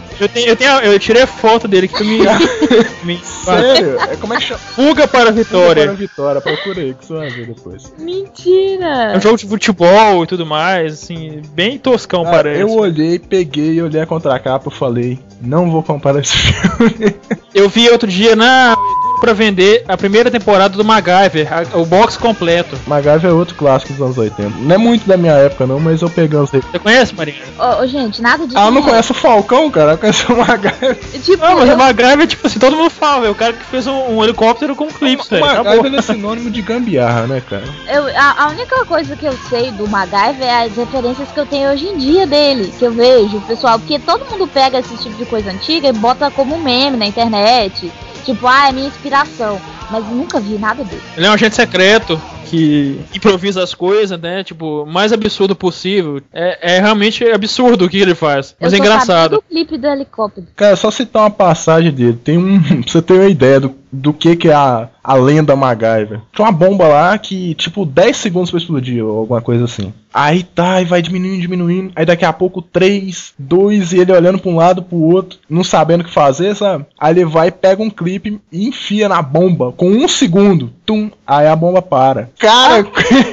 Eu tirei a foto dele que me Sério? Como é que chama? Fuga para a Vitória. Para a Vitória, procura aí que você vai ver depois. Mentira! É um jogo de futebol e tudo mais, assim, bem toscão parece. Eu olhei, peguei, olhei a contracapa e falei, não vou comprar esse filme. Eu vi outro dia pra vender a primeira temporada do MacGyver, o box completo. MacGyver é outro clássico dos anos 80. Não é muito da minha época não, mas eu peguei os... Você conhece, Marina? Ô, gente, nada disso. Ela não conhece o Falcão, cara, ela conhece o MacGyver. Tipo, Não, mas o MacGyver, tipo assim, todo mundo fala, é o cara que fez um helicóptero com clips, O velho. MacGyver é sinônimo de gambiarra, né, cara? a única coisa que eu sei do MacGyver é as referências que eu tenho hoje em dia dele, que eu vejo, pessoal, porque todo mundo pega esse tipo de coisa antiga e bota como meme na internet. Tipo, é minha inspiração. Mas nunca vi nada dele. Ele é um agente secreto que improvisa as coisas, né? Tipo, o mais absurdo possível. É realmente absurdo o que ele faz. Mas é engraçado. O clipe do helicóptero. Cara, só citar uma passagem dele. Tem pra você ter uma ideia do que é a lenda MacGyver. Tinha uma bomba lá que, tipo, 10 segundos pra explodir ou alguma coisa assim. Aí tá, e vai diminuindo. Aí daqui a pouco 3, 2 e ele olhando pra um lado, pro outro, não sabendo o que fazer, sabe? Aí ele vai, pega um clipe e enfia na bomba com 1 segundo. Tum, aí a bomba para. Cara,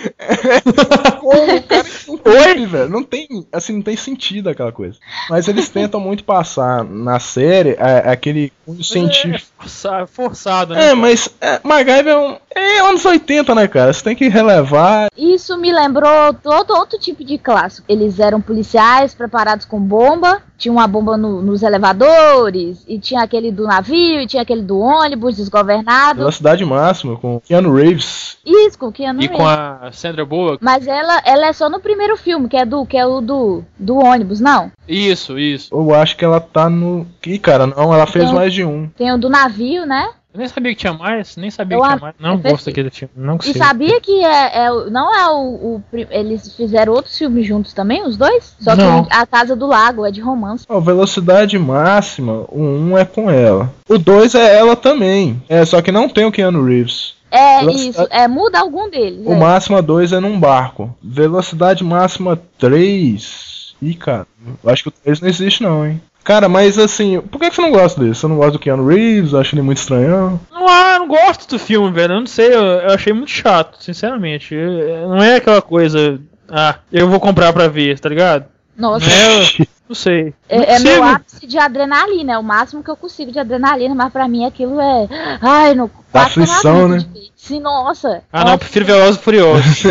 Como, cara, não tem, velho. Não tem, assim, não tem sentido aquela coisa. Mas eles tentam muito passar na série aquele cunho científico. Forçado, né? Mas MacGyver é anos 80, né, cara? Você tem que relevar. Isso me lembrou todo outro tipo de clássico. Eles eram policiais preparados com bomba. Tinha uma bomba nos elevadores. E tinha aquele do navio. E tinha aquele do ônibus desgovernado. Velocidade máxima com Keanu Reeves. Isso, com Keanu Reeves. E com a Sandra Bullock. Mas ela é só no primeiro filme, que é o do ônibus, não? Isso. Eu acho que ela tá no... Ih, cara, não, ela fez mais de um. Tem o do navio, né? Eu nem sabia que tinha mais, Não gosto daquele filme, não consigo. E sabia que não é eles fizeram outros filmes juntos também, os dois? Só Não. que A Casa do Lago é de romance. Velocidade máxima, o 1 é com ela. O 2 é ela também. Só que não tem o Keanu Reeves. Isso, muda algum deles. O máxima 2 é num barco. Velocidade máxima 3. Ih, cara, eu acho que o 3 não existe não, hein. Cara, mas assim, por que você não gosta desse? Você não gosta do Keanu Reeves? Eu acho ele muito estranhão. Não gosto do filme, velho. Eu não sei, eu achei muito chato, sinceramente. Não é aquela coisa. Eu vou comprar pra ver, tá ligado? Nossa. Não sei. É meu ápice de adrenalina, é o máximo que eu consigo de adrenalina, mas pra mim aquilo é. Ai, no da aflição, né? Sim, nossa. Não, eu prefiro Velozes e Furiosos.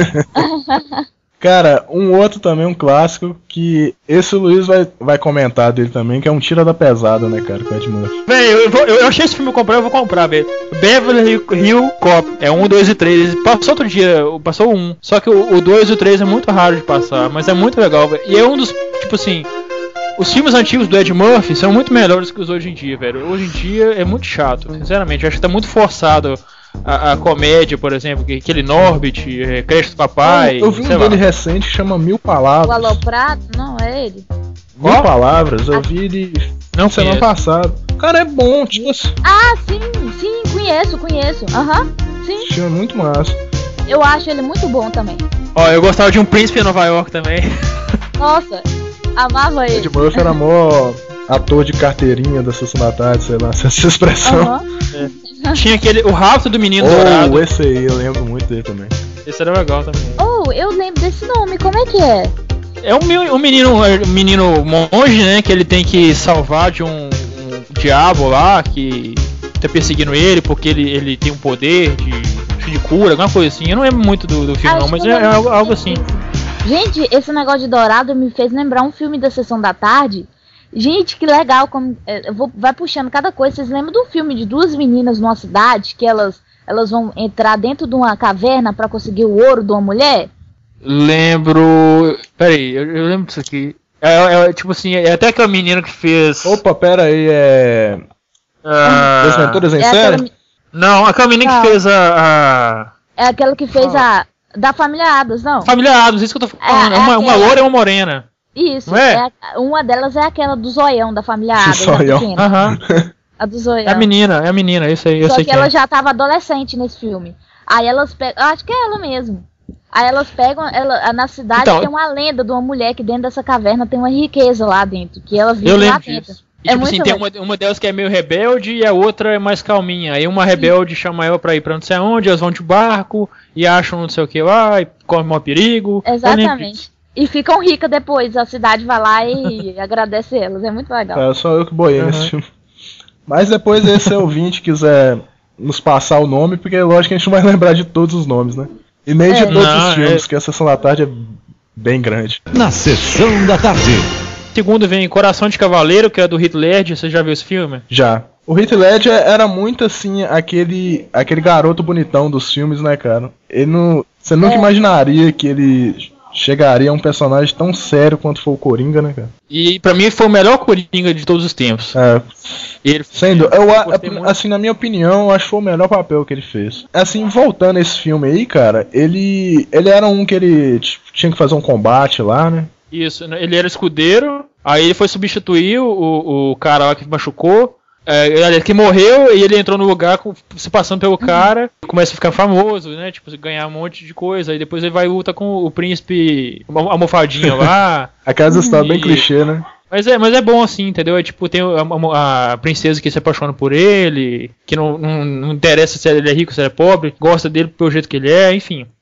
Cara, um outro também, um clássico, que esse o Luiz vai comentar dele também, que é um Tira da Pesada, né, cara, com Ed Murphy. Véi, eu achei esse filme eu vou comprar, velho. Beverly Hill Cop, 1, 2 e 3. Passou outro dia, passou o 1. Só que o 2 e o 3 é muito raro de passar, mas é muito legal, velho. E é um dos, tipo assim, os filmes antigos do Ed Murphy são muito melhores que os hoje em dia, velho. Hoje em dia é muito chato, sinceramente. Eu acho que tá muito forçado a comédia, por exemplo, aquele Norbit, Creche do Papai. Eu vi um dele recente que chama Mil Palavras. O Aloprado? Não, é ele. Mil Palavras, eu vi ele semana passada. Cara, é bom, tipo assim. Sim, conheço. Sim. Filme muito massa. Eu acho ele muito bom também. Eu gostava de Um Príncipe em Nova York também. Nossa, amava ele. Ed Murphy era mó ator de carteirinha da Sessão da Tarde, sei lá, essa expressão. Tinha o Rapto do Menino Dourado. Esse aí, eu lembro muito dele também. Esse era legal também. Eu lembro desse nome, como é que é? É um menino monge, né, que ele tem que salvar de um diabo lá, que tá perseguindo ele, porque ele tem um poder de cura, alguma coisa assim. Eu não lembro muito do filme não, mas é algo assim. Gente, esse negócio de dourado me fez lembrar um filme da Sessão da Tarde. Gente, que legal, vai puxando cada coisa. Vocês lembram do filme de duas meninas numa cidade que elas vão entrar dentro de uma caverna pra conseguir o ouro de uma mulher? Lembro. Peraí, eu lembro disso aqui. Tipo assim, é até aquela menina que fez. Opa, pera aí, As Aventuras em Série? Não, aquela menina que fez a. É aquela que fez a. Da Família Addams, não? Família Addams, isso que eu tô falando. Uma loura e uma morena. Isso, não é? Uma delas é aquela do zoião da Família Addams. Aham. A do zoião. É a menina, isso aí. Só que ela já tava adolescente nesse filme. Aí elas pegam. Acho que é ela mesmo. Aí elas pegam. Na cidade tem uma lenda de uma mulher que dentro dessa caverna tem uma riqueza lá dentro. Que ela vive lá dentro. E, tipo assim, tem uma delas que é meio rebelde e a outra é mais calminha. Aí uma rebelde chama ela pra ir pra não sei aonde, elas vão de barco e acham não sei o que lá, e correm maior perigo. Exatamente. E ficam ricas depois, a cidade vai lá e agradece elas, é muito legal. É só eu que boiei nesse filme. Mas depois esse ouvinte quiser nos passar o nome, porque lógico que a gente não vai lembrar de todos os nomes, né? E nem de todos os filmes, que a Sessão da Tarde é bem grande. Na Sessão da Tarde. Segundo vem Coração de Cavaleiro, que é do Heath Ledger. Você já viu esse filme? Já. O Heath Ledger era muito assim, aquele garoto bonitão dos filmes, né, cara? Você nunca imaginaria que ele chegaria a um personagem tão sério quanto foi o Coringa, né, cara? E pra mim foi o melhor Coringa de todos os tempos. Sendo, assim, na minha opinião, eu acho que foi o melhor papel que ele fez. Assim, voltando a esse filme aí, cara, ele era um que ele tinha que fazer um combate lá, né? Isso, ele era escudeiro, aí ele foi substituir o cara lá que machucou, que morreu, e ele entrou no lugar se passando pelo cara, começa a ficar famoso, né, tipo, ganhar um monte de coisa, aí depois ele vai lutar com o príncipe almofadinho lá. Aquelas histórias bem clichê, né? Mas é bom assim, entendeu? É tipo, tem a princesa que se apaixona por ele, que não interessa se ele é rico, se ele é pobre, gosta dele pelo jeito que ele é, enfim.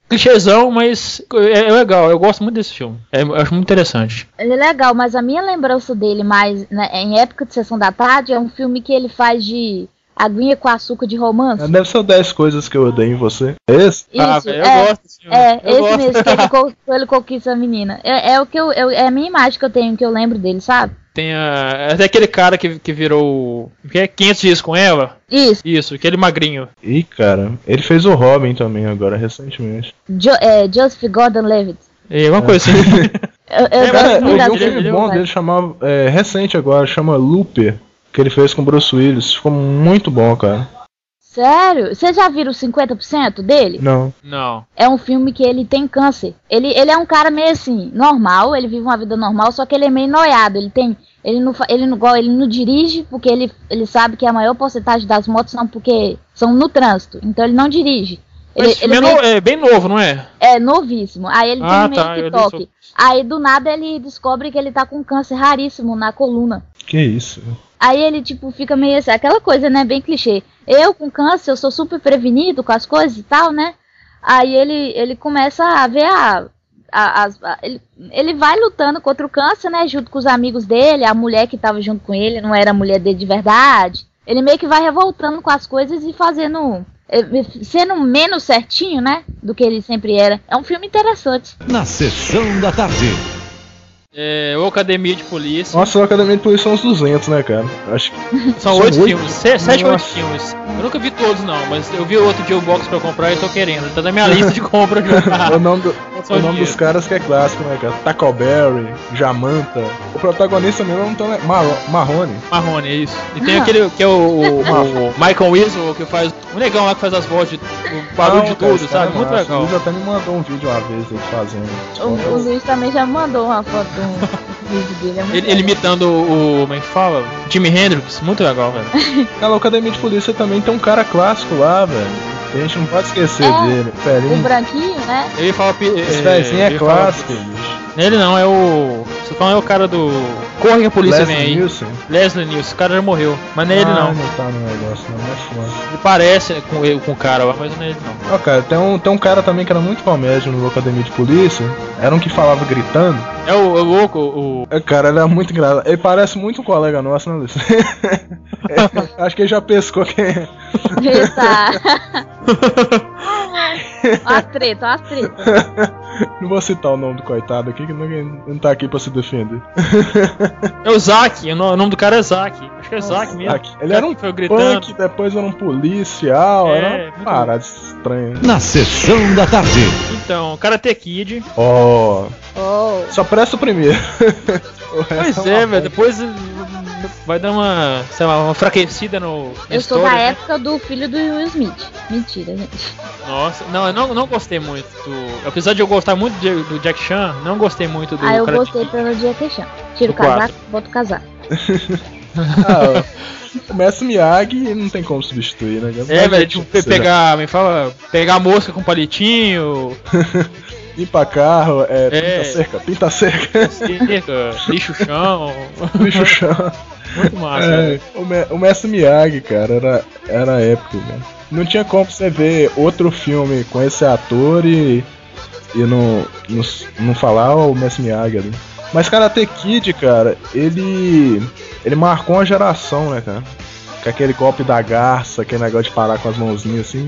clichêzão, mas é legal. Eu gosto muito desse filme. Eu acho muito interessante. Ele é legal, mas a minha lembrança dele mais, né, em época de Sessão da Tarde, é um filme que ele faz de aguinha com açúcar de romance. Deve ser 10 coisas que eu odeio em você. É esse? Isso, eu gosto desse filme. esse gosto. Mesmo, que ele conquista a menina. É a minha imagem que eu tenho, que eu lembro dele, sabe? Tem até aquele cara que virou 500 dias com ela. Isso, aquele magrinho. Ih, cara, ele fez o Robin também agora, recentemente. Joseph Gordon-Levitt. Alguma coisa assim. Eu vi um filme bom dele, chamava, recente agora, chama Looper, que ele fez com Bruce Willis. Ficou muito bom, cara. Sério? Vocês já viram 50% dele? Não. É um filme que ele tem câncer. Ele é um cara meio assim, normal, ele vive uma vida normal, só que ele é meio noiado. Ele não dirige porque ele sabe que a maior porcentagem das motos são no trânsito. Então ele não dirige. Ele é bem novo, não é? É novíssimo. Aí ele tem meio toque. Aí do nada ele descobre que ele tá com um câncer raríssimo na coluna. Que isso? Aí ele fica meio assim, aquela coisa, né, bem clichê. Eu com câncer, eu sou super prevenido com as coisas e tal, né? Aí ele começa a ver ele vai lutando contra o câncer, né, junto com os amigos dele, a mulher que tava junto com ele não era a mulher dele de verdade. Ele meio que vai revoltando com as coisas e sendo menos certinho, né, do que ele sempre era. É um filme interessante. Na Sessão da Tarde. O Academia de Polícia. Nossa, o Academia de Polícia são uns 200, né, cara? Acho que são 8 filmes, 7 ou 8 filmes. Eu nunca vi todos, não, mas eu vi outro dia o box pra comprar e tô querendo. Tá na minha lista de compra já. o nome dos caras que é clássico, né, cara? Tackleberry, Jamanta. O protagonista mesmo não tá, Marrone. Marrone, é isso. E tem aquele que é o Michael Weasel, que faz. O negão lá que faz as vozes, o barulho de tudo, sabe? Muito legal. O Luiz até me mandou um vídeo uma vez ele fazendo. O Luiz também já mandou uma foto do vídeo dele. Ele imitando o. Como é que fala? Jimi Hendrix. Muito legal, velho. Na Academia de Polícia também tem um cara clássico lá, velho. A gente não pode esquecer dele. O branquinho, né? Ele fala. Esse pezinho é clássico, bicho. Ele não, é o. Você fala é o cara do. Corre que a polícia vem aí. Leslie Nielsen, o cara já morreu. Mas não é ele não. Não tá no negócio, não é foda. Ele parece com o cara lá, mas não é ele não. Ó, cara, tem um cara também que era muito comédia no Academia de Polícia. Era um que falava gritando. É o louco, Cara, ele é muito engraçado. Ele parece muito um colega nosso, né, Luiz? Acho que ele já pescou quem é. Eita. As treta. Não vou citar o nome do coitado aqui, que ninguém não tá aqui pra se defender. É o Zack, o nome do cara é Zack. Acho que é Zack mesmo. Ele era um punk, depois era um policial, era uma parada estranha. Na Sessão da Tarde. Então, Karate Kid. Só presta o primeiro. Pois velho, depois vai dar uma, sei lá, uma fraquecida no. Eu sou da época do filho do Will Smith. Mentira, gente. Nossa, eu não gostei muito do. Apesar de eu gostar muito do Jack Chan, não gostei muito do. Eu gostei pelo Jack Chan. Tira o casaco, bota o casaco. O Mestre Miyagi não tem como substituir, né? Velho, tipo, pegar a mosca com palitinho. Limpa carro, pinta cerca. Lixo o chão. Muito massa. O Mestre Miyagi, cara, era épico, né? Não tinha como você ver outro filme com esse ator e não falar o Mestre Miyagi ali. Mas Karate Kid, cara, ele marcou uma geração, né, cara? Com aquele golpe da garça, aquele negócio de parar com as mãozinhas assim.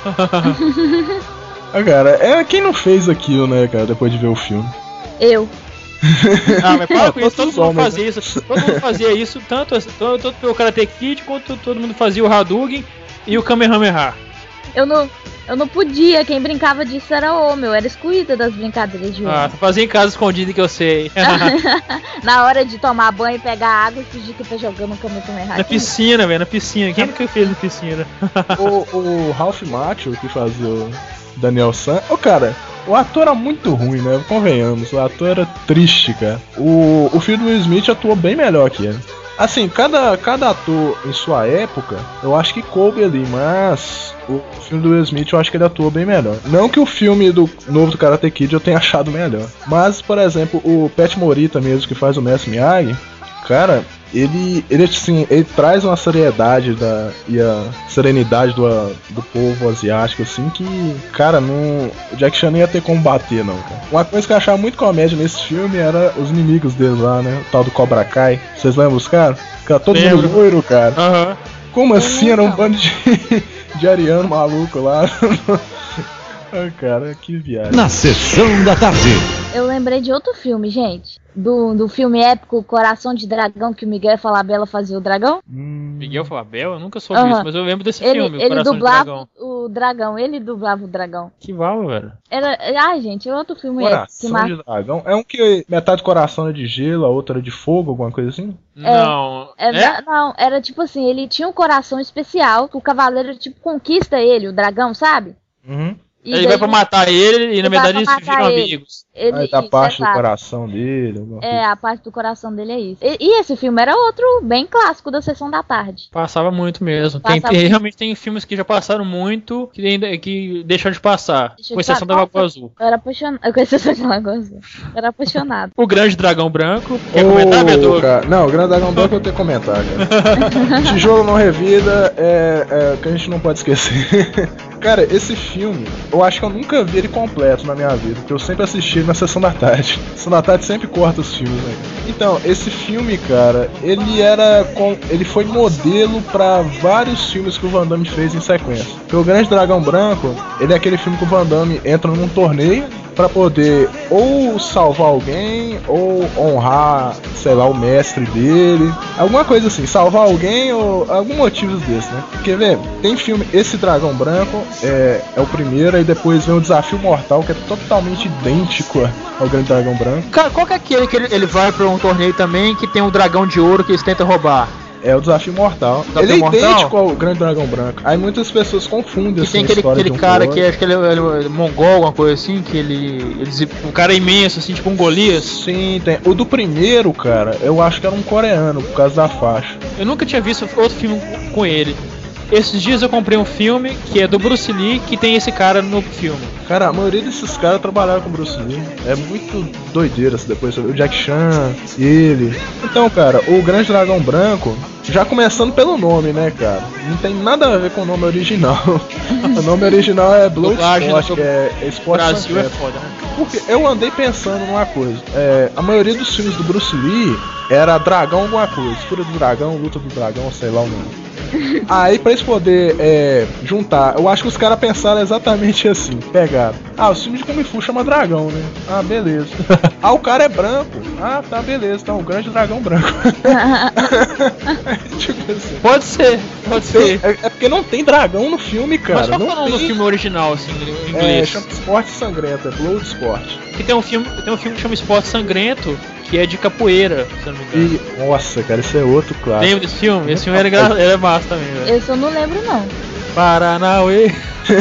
Cara, quem não fez aquilo, né, cara, depois de ver o filme? Eu. Mas para com isso, todo mundo fazia isso. Todo mundo fazia isso, tanto pelo Karate Kid, quanto todo mundo fazia o Hadouken e o Kamehameha. Eu não podia, quem brincava disso era homem, eu era excluída das brincadeiras de homem. Tu fazia em casa escondido que eu sei. Na hora de tomar banho e pegar água, fingir que tá jogando Kamehameha. Na piscina, velho, na piscina. Quem nunca fez na piscina? O Ralph Macchio, que fazia o Daniel San. Cara, o ator era muito ruim, né? Convenhamos, o ator era triste, cara. O filho do Will Smith atuou bem melhor que ele. Assim, cada ator em sua época, eu acho que coube ali, mas o filme do Will Smith eu acho que ele atuou bem melhor. Não que o filme novo do Karate Kid eu tenha achado melhor, mas, por exemplo, o Pat Morita mesmo, que faz o Mestre Miyagi, Cara, ele assim, ele traz uma seriedade e a serenidade do povo asiático, assim, que, cara, o Jack Chan não ia ter como bater, não, cara. Uma coisa que eu achava muito comédia nesse filme era os inimigos dele lá, né? O tal do Cobra Kai. Vocês lembram os caras? Cara, todo mundo loiro, cara. Aham. Como assim? Era um bando de ariano maluco lá. Ai, cara, que viagem. Na sessão da tarde. Eu lembrei de outro filme, gente. Do filme épico Coração de Dragão, que o Miguel Falabella fazia o dragão. Miguel Falabella? Eu nunca soube isso, mas eu lembro desse filme, Ele Coração dublava de Dragão. o dragão, ele dublava o dragão. Que val, velho. Ai, gente, é outro filme épico. Coração de Dragão? É um que metade do coração é de gelo, a outra é de fogo, alguma coisa assim? Não. Não, era tipo assim, ele tinha um coração especial, que o cavaleiro tipo conquista ele, o dragão, sabe? Uhum. E Ele daí vai pra matar ele e na verdade eles viram amigos. Aí da isso, parte do exato. coração dele. A parte do coração dele é isso. E esse filme era outro bem clássico da Sessão da Tarde. Passava muito mesmo. Realmente tem filmes que já passaram muito que deixaram de passar. Com exceção da Lagoa Azul. Eu era apaixonado. Com exceção da Lagoa Azul. Eu era apaixonado. O Grande Dragão Branco. Quer comentar, Beto? Não, o Grande Dragão Branco eu tenho que comentar, cara. Tijolo não revida é que a gente não pode esquecer. Cara, esse filme, eu acho que eu nunca vi ele completo na minha vida, porque eu sempre assisti ele na Sessão da Tarde. A Sessão da Tarde sempre corta os filmes, né? Então, esse filme, cara, ele foi modelo pra vários filmes que o Van Damme fez em sequência. Porque o Grande Dragão Branco, ele é aquele filme que o Van Damme entra num torneio pra poder ou salvar alguém, ou honrar, sei lá, o mestre dele. Alguma coisa assim, salvar alguém ou algum motivo desse, né? Porque, velho, tem filme, esse Dragão Branco é o primeiro, aí depois vem o Desafio Mortal, que é totalmente idêntico ao Grande Dragão Branco. Cara, qual que é aquele que ele vai pra um torneio também que tem um dragão de ouro que eles tentam roubar? É o Desafio Mortal. Ele é idêntico ao Grande Dragão Branco. Aí muitas pessoas confundem assim, tem aquele cara que acho que ele é mongol, alguma coisa assim, que um cara imenso, assim, tipo um Golias. Sim, tem. O do primeiro, cara, eu acho que era um coreano, por causa da faixa. Eu nunca tinha visto outro filme com ele. Esses dias eu comprei um filme que é do Bruce Lee, que tem esse cara no filme. Cara, a maioria desses caras trabalharam com o Bruce Lee. É muito doideira se depois o Jack Chan, ele. Então, cara, o Grande Dragão Branco, já começando pelo nome, né, cara? Não tem nada a ver com o nome original. O nome original é Bloodsport, que é esporte Brasil sangrento. é foda, né? Porque eu andei pensando numa coisa. A maioria dos filmes do Bruce Lee era dragão alguma coisa. Fúria do Dragão, Luta do Dragão, sei lá o nome. Aí pra eles poderem juntar, eu acho que os caras pensaram exatamente assim, pegaram. Os filmes de Kung Fu chama dragão, né? Beleza. O cara é branco. Tá, beleza, então o Grande Dragão Branco. Tipo assim. Pode ser. É porque não tem dragão no filme, cara. Mas qual não tem no filme original, assim, em inglês? Chama Esporte Sangrento, é Bloodsport. Que tem um filme que chama Esporte Sangrento, que é de capoeira, se eu não me engano. Nossa, cara, esse é outro clássico. Lembra desse filme? Esse filme era massa também, velho. Eu só não lembro, não. Paranauê.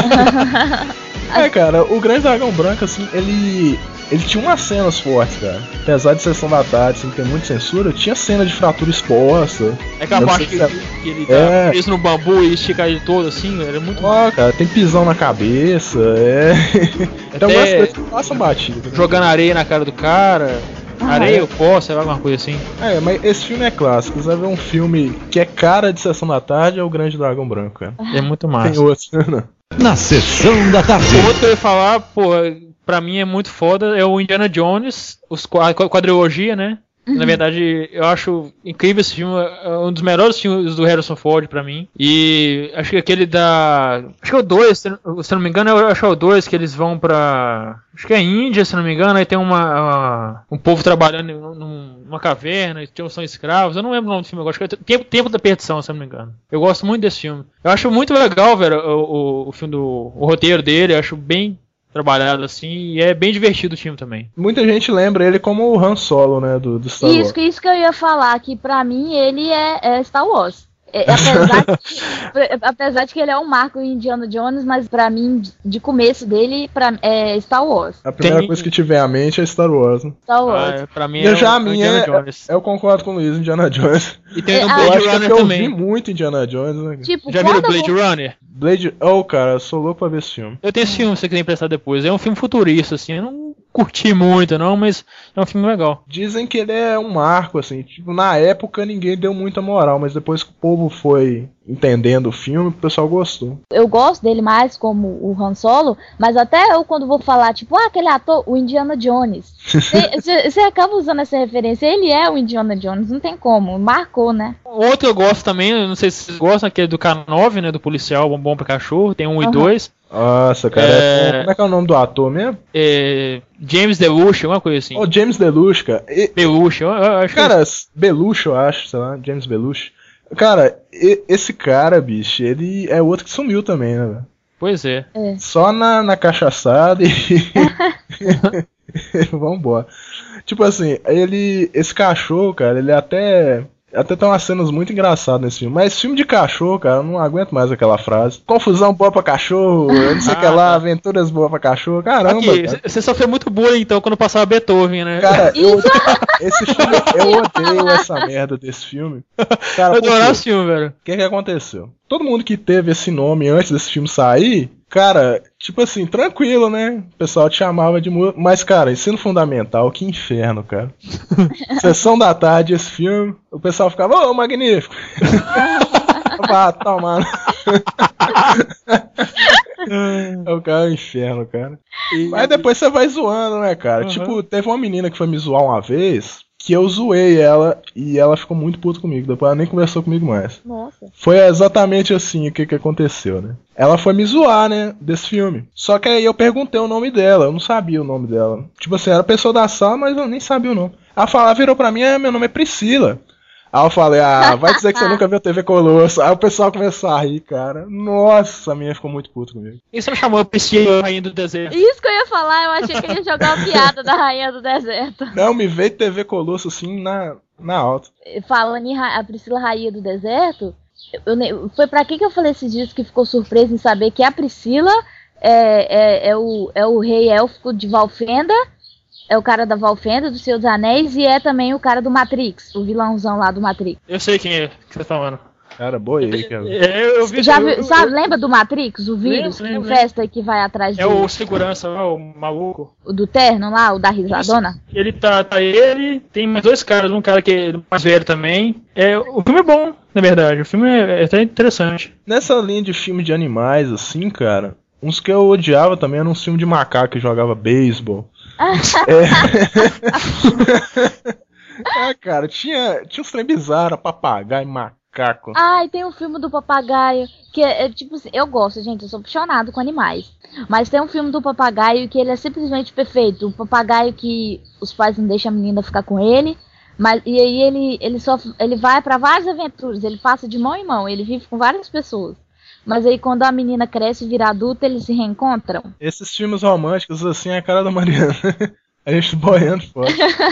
Cara, o Grande Dragão Branco, assim, ele tinha umas cenas fortes, cara. Apesar de Sessão da Tarde, assim, ter muita censura, tinha cena de fratura exposta. É aquela parte que ele tá preso no bambu e estica ele todo, assim, era muito... Cara, tem pisão na cabeça, Tem algumas coisas que passam batido. Jogando areia na cara do cara... Areia ou pó, sei lá, alguma coisa assim. Mas esse filme é clássico. Você vai ver um filme que é cara de Sessão da Tarde, é o Grande Dragão Branco, cara. É muito massa. Tem outro, não. Na sessão da tarde. O outro que eu ia falar, pra mim é muito foda, é o Indiana Jones, a quadrilogia, né? Na verdade, eu acho incrível esse filme, é um dos melhores filmes do Harrison Ford pra mim. E acho que aquele acho que é o 2, se não me engano, acho que é o 2 que eles vão pra... Acho que é Índia, se não me engano, aí tem um povo trabalhando numa caverna, são escravos. Eu não lembro o nome do filme, acho que é Tempo da Perdição, se não me engano. Eu gosto muito desse filme. Eu acho muito legal, velho, o filme o roteiro dele, eu acho bem trabalhado assim, e é bem divertido o filme também. Muita gente lembra ele como o Han Solo, né, do Star Wars. Isso que eu ia falar, que pra mim ele é Star Wars. Apesar de que ele é um marco em Indiana Jones, mas pra mim, de começo dele, é Star Wars. A primeira coisa que tiver à mente é Star Wars, né? Star Wars. Pra mim Indiana Jones. Eu concordo com o Luiz, Indiana Jones. E tem o Blade Runner também. Eu vi muito Indiana Jones, né? Tipo, já viram o Blade Runner? Cara, eu sou louco pra ver esse filme. Eu tenho esse filme, se você quiser emprestar depois. É um filme futurista, assim. Eu não curti muito, não, mas é um filme legal. Dizem que ele é um marco, assim, tipo, na época ninguém deu muita moral, mas depois que o povo foi entendendo o filme, o pessoal gostou. Eu gosto dele mais como o Han Solo, mas até eu quando vou falar, tipo, aquele ator, o Indiana Jones, você acaba usando essa referência, ele é o Indiana Jones, não tem como, marcou, né? Outro que eu gosto também, eu não sei se vocês gostam, aquele do K9, né, do policial Bom pra Cachorro, tem 1 e 2. Nossa, cara, como é que é o nome do ator mesmo? James Belushi, alguma coisa assim. Oh, James Belushi, cara. Belushi, eu acho cara, Belushi, eu acho, sei lá, James Belushi. Cara, esse cara, bicho, ele é outro que sumiu também, né, velho? Pois é. Só na cachaçada e... Vambora. Tipo assim, esse cachorro, cara, ele até tem umas cenas muito engraçadas nesse filme. Mas filme de cachorro, cara, eu não aguento mais aquela frase. Confusão boa pra cachorro, eu não sei o que lá, aventuras boas pra cachorro. Caramba, cara. Você sofreu muito bullying, então, quando passava Beethoven, né? Cara, esse filme, eu odeio essa merda desse filme. Cara, eu adorava esse filme, velho. O que aconteceu? Todo mundo que teve esse nome antes desse filme sair, cara, tipo assim, tranquilo, né? O pessoal te chamava de... Mas, cara, ensino fundamental, que inferno, cara. Sessão da tarde, esse filme, o pessoal ficava, ô, magnífico. Vá, tomar. O cara é um inferno, cara. Mas depois você vai zoando, né, cara? Tipo, teve uma menina que foi me zoar uma vez, que eu zoei ela e ela ficou muito puta comigo. Depois ela nem conversou comigo mais. Nossa. Foi exatamente assim o que aconteceu, né? Ela foi me zoar, né, desse filme. Só que aí eu perguntei o nome dela, eu não sabia o nome dela. Tipo assim, era pessoa da sala, mas eu nem sabia o nome. Ela virou pra mim, meu nome é Priscila. Aí eu falei, vai dizer que você nunca viu TV Colosso. Aí o pessoal começou a rir, cara. Nossa, a minha ficou muito puto comigo. E você não chamou a Priscila Rainha do Deserto? Isso que eu ia falar, eu achei que ele ia jogar uma piada da Rainha do Deserto. Não, me veio TV Colosso assim na alta. Falando em a Priscila Rainha do Deserto, foi pra que eu falei esses dias que ficou surpreso em saber que a Priscila é o rei élfico de Valfenda. É o cara da Valfenda, do Senhor dos Anéis, e é também o cara do Matrix, o vilãozão lá do Matrix. Eu sei quem é que você tá falando. Cara, boiei, cara. Eu vi. Sabe, lembra do Matrix, o vírus? Lembro. Festa que vai atrás de... É o segurança lá, o maluco. O do terno lá, o da risadona? Ele tá ele, tem mais 2 caras, um cara que é mais velho também. O filme é bom, na verdade, o filme é até interessante. Nessa linha de filme de animais, assim, cara, uns que eu odiava também eram uns filmes de macaco que jogava beisebol. Cara, tinha uns trem bizarros, papagaio, macaco. Ai, tem um filme do papagaio que é tipo assim, eu gosto, gente, eu sou apaixonado com animais. Mas tem um filme do papagaio que ele é simplesmente perfeito. O papagaio que os pais não deixam a menina ficar com ele. E aí ele vai pra várias aventuras, ele passa de mão em mão, ele vive com várias pessoas. Mas aí quando a menina cresce e vira adulta, eles se reencontram. Esses filmes românticos, assim, é a cara da Mariana. A gente boiando fora.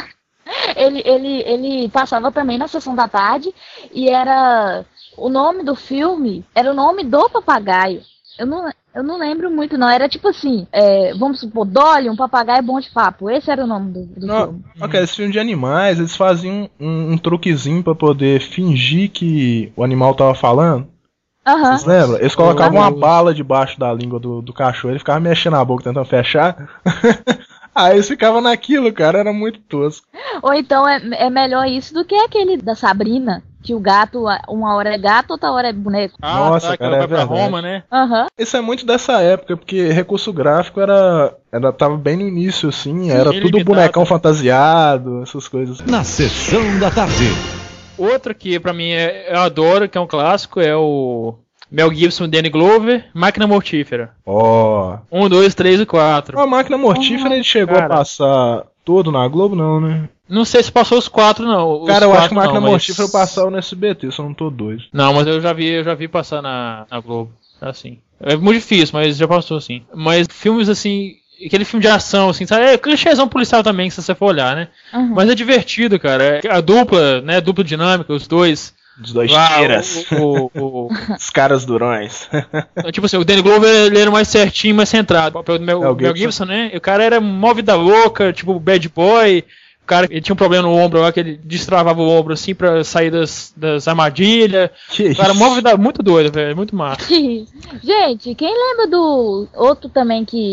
Ele passava também na sessão da tarde. E era... O nome do filme era o nome do papagaio. Eu não lembro muito, não. Era tipo assim, vamos supor, Dolly, um papagaio bom de papo. Esse era o nome do filme. Ok, esse filme de animais, eles faziam um truquezinho pra poder fingir que o animal tava falando. Vocês lembram? Eles colocavam uma bala debaixo da língua do cachorro, ele ficava mexendo a boca tentando fechar. Aí eles ficavam naquilo, cara, era muito tosco. Ou então é melhor isso do que aquele da Sabrina, que o gato, uma hora é gato, outra hora é boneco. Nossa, cara, é verdade. Roma, né? Isso é muito dessa época, porque recurso gráfico tava bem no início, assim, era tudo bonecão fantasiado, essas coisas. Na sessão da tarde. Outro que pra mim eu adoro, que é um clássico, é o Mel Gibson e Danny Glover, Máquina Mortífera. 1, 2, 3 e 4. A Máquina Mortífera ele chegou a passar todo na Globo, não, né? Não sei se passou os 4, não. Cara, eu acho que Máquina Mortífera passou no SBT, se eu não tô doido. Não, mas eu já vi passar na Globo, assim. É muito difícil, mas já passou, assim. Mas filmes, assim... Aquele filme de ação, assim, sabe? É clichêzão policial também, se você for olhar, né? Mas é divertido, cara. A dupla, né? Dupla dinâmica, os dois. Os dois tiras. Os caras durões. Tipo assim, o Danny Glover, ele era mais certinho, mais centrado. O papel do Mel Gibson, né? E o cara era mó vida louca, tipo bad boy. O cara, ele tinha um problema no ombro lá, que ele destravava o ombro, assim, pra sair das armadilhas. O cara, mó vida muito doido, velho. Muito massa. Gente, quem lembra do outro também que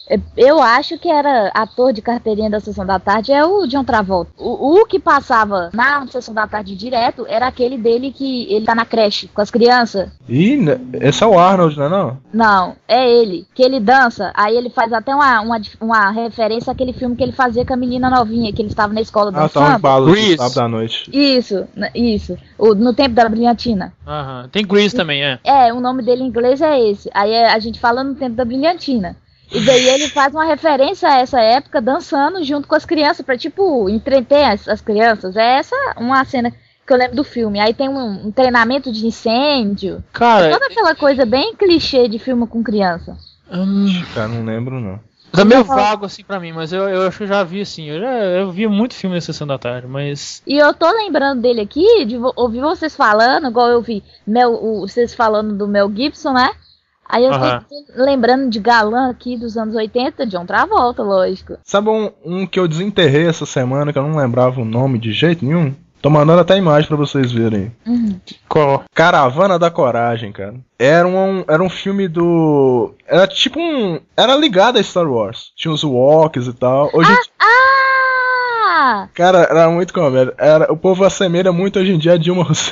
Eu acho que era ator de carteirinha da Sessão da Tarde é o John Travolta. O que passava na Sessão da Tarde direto era aquele dele que ele tá na creche com as crianças. Ih, esse é o Arnold, não é não? Não, é ele. Que ele dança. Aí ele faz até uma referência àquele filme que ele fazia com a menina novinha, que ele estava na escola Ah, tá, um dançando. embalo de Grease. sábado à noite. Isso. No Tempo da Brilhantina. Aham. Tem Grease também, é. O nome dele em inglês é esse. Aí a gente fala no Tempo da Brilhantina. E daí ele faz uma referência a essa época dançando junto com as crianças, pra tipo, entreter as crianças. É essa uma cena que eu lembro do filme. Aí tem um treinamento de incêndio. Cara, Toda aquela coisa bem clichê de filme com criança. Cara, não lembro não. tá meio vago assim pra mim, mas eu acho que eu já vi assim. Eu vi muito filme na Sessão da Tarde, mas. E eu tô lembrando dele aqui, de ouvir vocês falando, igual eu vi vocês falando do Mel Gibson, né? Aí eu tô lembrando de galã aqui dos anos 80, John Travolta, lógico. Sabe um que eu desenterrei essa semana, que eu não lembrava o nome de jeito nenhum? Tô mandando até a imagem pra vocês verem. Qual? Caravana da Coragem, cara. Era um filme do... Era tipo um... Era ligado a Star Wars. Tinha os walks e tal. Hoje... Cara, era muito comédia. O povo assemelha muito hoje em dia a Dilma Rousseff.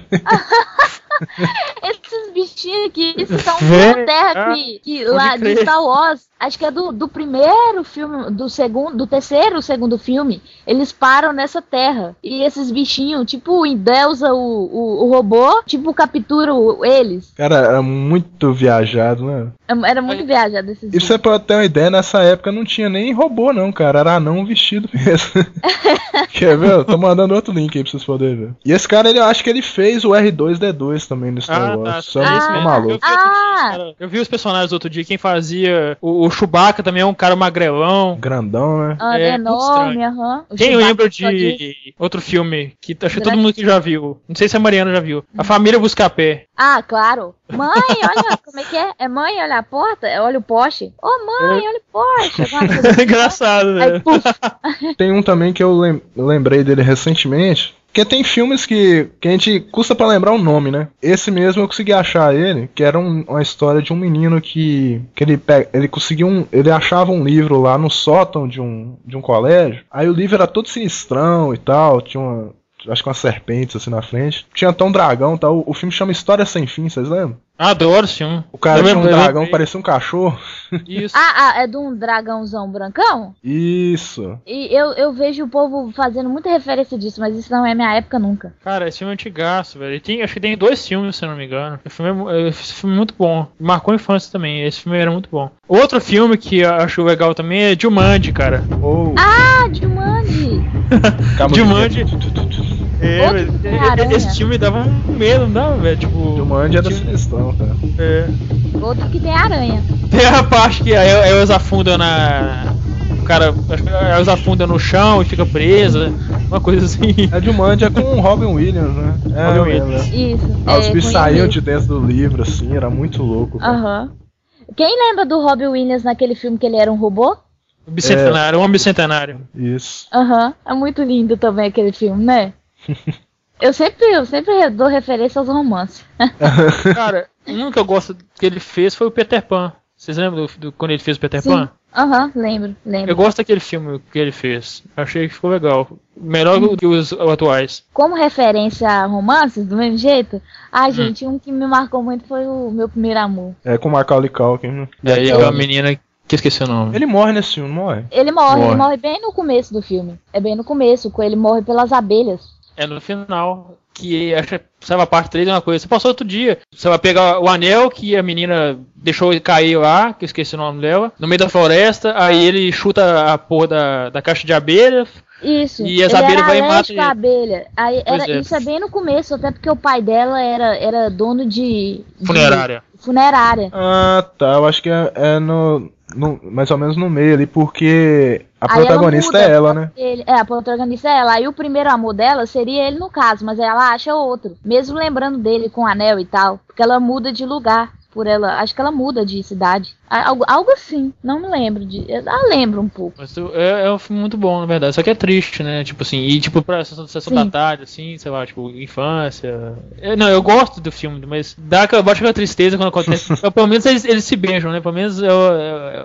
Esses bichinhos aqui, esses são uma terra que lá de Star Wars, acho que é do primeiro filme, do terceiro ou segundo filme, eles param nessa terra. E esses bichinhos, tipo, endeusa o robô, tipo, capturam eles. Cara, era muito viajado, né? Era muito viajado esses Isso é pra ter uma ideia, nessa época não tinha nem robô não, cara, era anão vestido mesmo. Quer ver? Eu tô mandando outro link aí pra vocês poderem ver. E esse cara, eu acho que ele fez o R2-D2 também no Star Wars. Só isso maluco. Eu vi os personagens outro dia, quem fazia o Chewbacca também é um cara magrelão. Grandão, né? Enorme, Quem lembra de outro filme que acho que todo mundo que já viu? Não sei se a Mariana já viu. A Família Buscapé. Ah, claro. Mãe, olha, como é que é? É mãe, olha a porta, olha o poste. Ô, mãe, olha o poste. Engraçado, né? Aí, tem um também que eu lembrei dele recentemente. Porque tem filmes que a gente custa pra lembrar o nome, né? Esse mesmo eu consegui achar ele, que era uma história de um menino que ele conseguiu ele achava um livro lá no sótão de um colégio. Aí o livro era todo sinistrão e tal, tinha acho que umas serpentes assim na frente. Tinha até um dragão e tal. O filme chama História Sem Fim, vocês lembram? Adoro esse filme. O cara tinha um dragão que parecia um cachorro. Isso. É de um dragãozão brancão? Isso. E eu vejo o povo fazendo muita referência disso, mas isso não é minha época nunca. Cara, esse filme é antigaço, velho. Acho que tem 2 filmes, se eu não me engano. Esse filme é muito bom. Marcou a infância também. Esse filme era muito bom. Outro filme que eu acho legal também é Jumanji, cara. Jumanji! Jumanji. Esse filme dava um medo, não dava, velho? Tipo, Jumanji era sinistrão, cara. Outro que tem aranha. Tem a parte que a Elsa afunda o cara, acho que a Elsa afunda no chão e fica presa, uma coisa assim. A Jumanji é com o Robin Williams, né? Robin Williams. Isso. Os bichos saíam de dentro do livro, assim, era muito louco. Quem lembra do Robin Williams naquele filme que ele era um robô? Bicentenário, um homem bicentenário. Isso. É muito lindo também aquele filme, né? Eu sempre dou referência aos romances. Cara, um que eu gosto que ele fez foi o Peter Pan. Vocês lembram quando ele fez o Peter Pan? Lembro. Eu gosto daquele filme que ele fez. Achei que ficou legal. Melhor do que os atuais. Como referência a romances, do mesmo jeito? Gente, um que me marcou muito foi o Meu Primeiro Amor. É com o Macaulay Culkin. E aí a menina que esqueci o nome. Ele morre nesse filme, não morre? Ele morre bem no começo do filme. É bem no começo, ele morre pelas abelhas. É no final, que acho que sabe, a parte 3 é uma coisa. Você passou outro dia, você vai pegar o anel que a menina deixou cair lá, que eu esqueci o nome dela, no meio da floresta, aí ele chuta a porra da caixa de abelha. Isso, e as abelhas vai e mata a abelha. Aí isso é bem no começo, até porque o pai dela era dono de funerária. Ah, tá, eu acho que é mais ou menos no meio ali, porque a protagonista é ela, né? A protagonista é ela. Aí o primeiro amor dela seria ele no caso, mas aí ela acha outro. Mesmo lembrando dele com o anel e tal. Porque ela muda de lugar por ela. Acho que ela muda de cidade. Algo assim. Não me lembro. Lembro um pouco. Mas é um filme muito bom, na verdade. Só que é triste, né? Tipo assim, e tipo pra sessão da tarde, assim, sei lá, tipo, infância. Eu gosto do filme, mas bate aquela tristeza quando acontece. Pelo menos eles se beijam, né? Pelo menos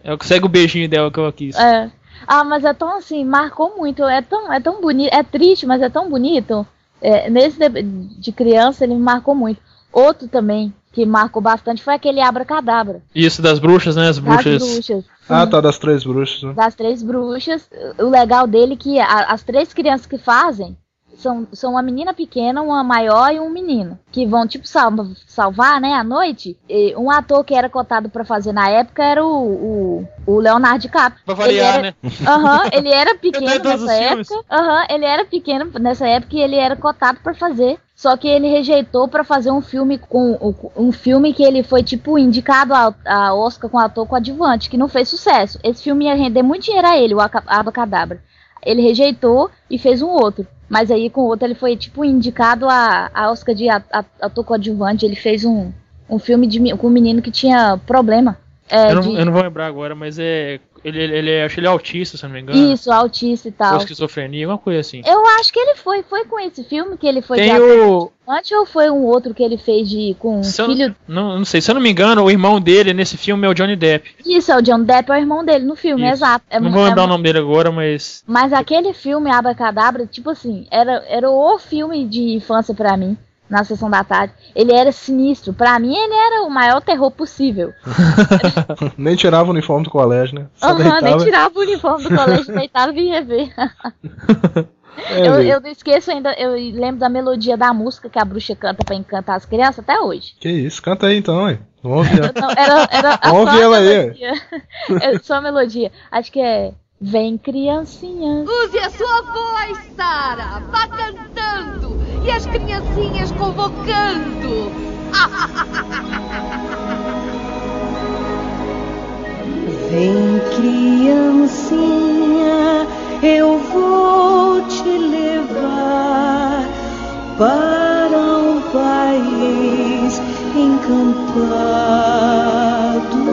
É o que segue o beijinho dela que eu quis. É. Ah, mas é tão assim, marcou muito. É tão bonito. É triste, mas é tão bonito. Nesse de criança, ele me marcou muito. Outro também que marcou bastante foi aquele Abracadabra. Isso, das bruxas, né? As bruxas. Das bruxas. Ah, tá, das 3 bruxas. Né? Das 3 bruxas. O legal dele é que as 3 crianças que fazem são uma menina pequena, uma maior e um menino. Que vão, tipo, salvar, né, à noite. E um ator que era cotado pra fazer na época era o Leonardo DiCaprio. Pra variar, né? Ele era pequeno nessa época. Ele era pequeno nessa época e ele era cotado pra fazer. Só que ele rejeitou pra fazer um filme um filme que ele foi, tipo, indicado a Oscar com ator coadjuvante, que não fez sucesso. Esse filme ia render muito dinheiro a ele, o Abracadabra. Ele rejeitou e fez um outro. Mas aí com o outro ele foi, tipo, indicado a Oscar de ator coadjuvante. Ele fez um filme com um menino que tinha problema. Eu não vou lembrar agora, mas acho que ele é autista, se não me engano. Isso, autista e tal. Ou esquizofrenia, alguma coisa assim. Eu acho que ele foi com esse filme que ele foi Tem de ator coadjuvante, ou foi um outro que ele fez com filho... Não sei, se eu não me engano, o irmão dele nesse filme é o Johnny Depp. Isso, é o Johnny Depp, é o irmão dele no filme, Isso. exato. Não vou lembrar o nome dele agora, mas... Mas aquele filme, Abracadabra, tipo assim, era o filme de infância pra mim, na sessão da tarde. Ele era sinistro. Pra mim, ele era o maior terror possível. Nem tirava o uniforme do colégio, né? Só Nem tirava o uniforme do colégio, deitava e vinha ver. Eu não esqueço ainda, eu lembro da melodia da música que a bruxa canta pra encantar as crianças até hoje. Que isso, canta aí então, hein? Vamos ouvir. Era Vamos ouvir ela aí. Só a melodia. Acho que é... Vem, criancinhas. Use a sua voz, Sara. Vá cantando. E as criancinhas convocando. Vem, criancinha, eu vou te levar para um país encantado.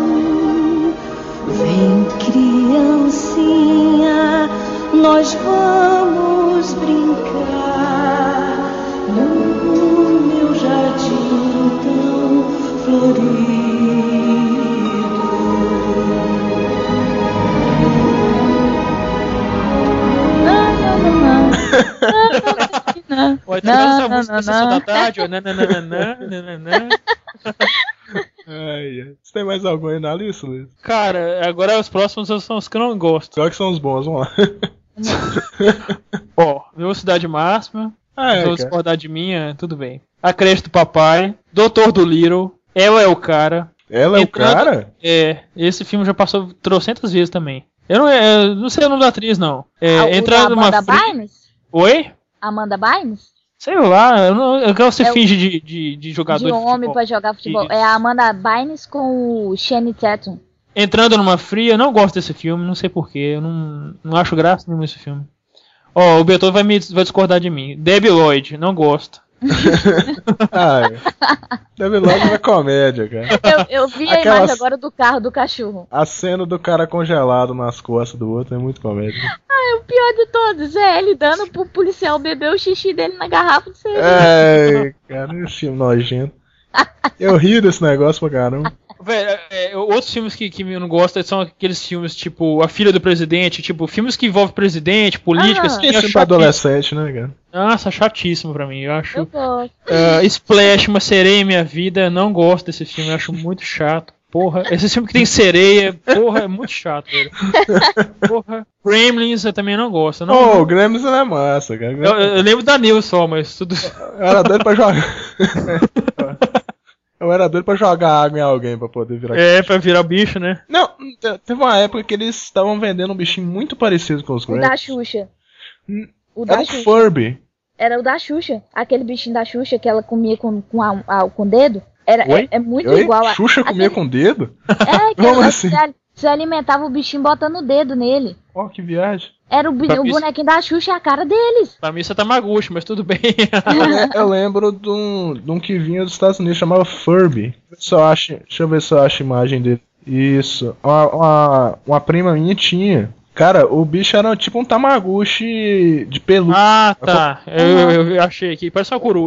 Vem, criancinha, nós vamos brincar no meu jardim tão florido. Pode ter essa música na sessão da tarde, ó. Nananana. Você tem mais algum aí na lista, Luiz? Cara, agora os próximos são os que eu não gosto. Só que são os bons, vamos lá. Ó, Velocidade Máxima. Vou discordar de mim, tudo bem. A Creche do Papai. Doutor Dolittle. Ela é o Cara. Ela é o cara? Esse filme já passou trocentas vezes também. Eu não sei o nome da atriz, não. Entrando numa Amanda Bynes? Oi? Amanda Bynes? Sei lá, eu quero você finge de jogador de homem futebol. pra jogar futebol. Isso. É a Amanda Bynes com o Channing Tatum. Entrando numa fria, eu não gosto desse filme, não sei porquê. Eu não acho graça nenhuma esse filme. Ó, o Beethoven vai discordar de mim. Debbie Lloyd, não gosto. Debbie Lloyd é comédia, cara. Eu vi a imagem agora do carro do cachorro. A cena do cara congelado nas costas do outro é muito comédia. O pior de todos é ele dando pro policial beber o xixi dele na garrafa de cerveja. Cara, esse filme nojento. Eu rio desse negócio pra caramba. Velho, outros filmes que eu não gosto são aqueles filmes tipo A Filha do Presidente, tipo, filmes que envolvem presidente, política, assim, esse pra adolescente, né, cara? Nossa, chatíssimo pra mim, eu acho. Eu gosto. Splash, Uma Sereia em Minha Vida, não gosto desse filme, eu acho muito chato. Porra, esse filme que tem sereia, porra, é muito chato, velho. Porra, Gremlins eu também não gosto. O Gremlins não é massa, cara. Eu lembro da Nil só, mas tudo... Eu era doido pra jogar. Eu era doido pra jogar água em alguém pra poder virar. Pra virar bicho, né? Não, teve uma época que eles estavam vendendo um bichinho muito parecido com os Gremlins. O da Xuxa. Era o Furby. Era o da Xuxa. Aquele bichinho da Xuxa que ela comia com o dedo. É muito igual a... Xuxa comia com o dedo? Que Como ela assim? se alimentava o bichinho botando o dedo nele. Ó, que viagem. Era o bonequinho da Xuxa e a cara deles. Pra mim isso é Tamaguchi, mas tudo bem. Eu lembro de um que vinha dos Estados Unidos, chamava Furby. Deixa eu ver se eu acho a imagem dele. Isso. Uma prima minha tinha. Cara, o bicho era tipo um Tamaguchi de pelúcia. Ah, tá. Eu achei aqui. Parece uma coruja.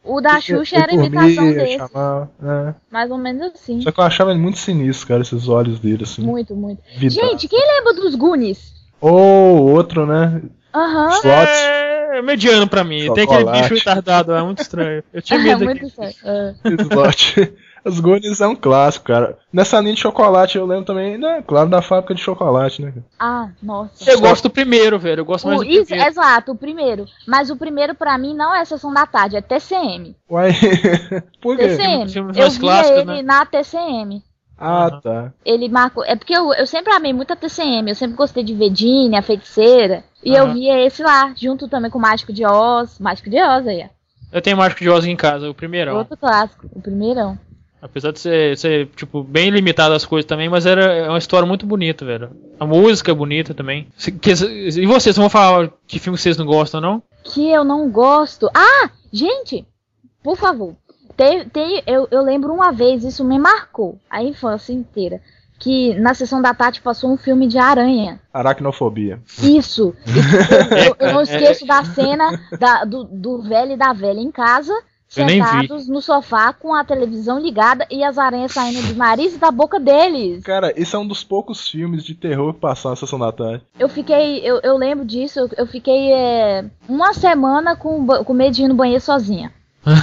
O da Xuxa era Ele imitação dormia, desse. chamava, é. Mais ou menos assim. Só que eu achava ele muito sinistro, cara, esses olhos dele, assim. Muito, muito. Vidrado. Gente, quem lembra dos Goonies? Ou outro, né? Aham. Slot. É mediano pra mim. Tem aquele Chocolate. bicho retardado, é muito estranho. Eu tinha É medo muito aqui. sério. É. Slot. Os Goonies é um clássico, cara. Nessa linha de chocolate eu lembro também, né? Claro, da fábrica de chocolate, né? Ah, nossa. Eu gosto do primeiro, velho. Eu gosto mais do Isso, primeiro. exato, o primeiro. Mas o primeiro pra mim não é Sessão da Tarde, é TCM. Uai, por quê? TCM. Filmes Eu mais via clássicos, ele né? na TCM. Ah, tá. Ele marcou. É porque eu sempre amei muito a TCM. Eu sempre gostei de Vedine, a Feiticeira. E eu Aham. via esse lá, junto também com o Mágico de Oz. Mágico de Oz aí, ó. Eu tenho Mágico de Oz em casa, o primeirão. Outro clássico, o primeirão. Apesar de ser, tipo, bem limitado as coisas também, mas é uma história muito bonita, velho. A música é bonita também. E vocês vão falar que filme que vocês não gostam, não? Que eu não gosto. Ah, gente, por favor. Eu lembro uma vez, isso me marcou a infância inteira. Que na Sessão da Tarde passou um filme de aranha. Aracnofobia. Isso. E eu não esqueço da cena do velho e da velha em casa, Eu nem vi. sentados no sofá com a televisão ligada e as aranhas saindo do nariz e da boca deles. Cara, esse é um dos poucos filmes de terror que passaram na Sessão da Tarde. Eu lembro disso, eu fiquei uma semana com medo de ir no banheiro sozinha.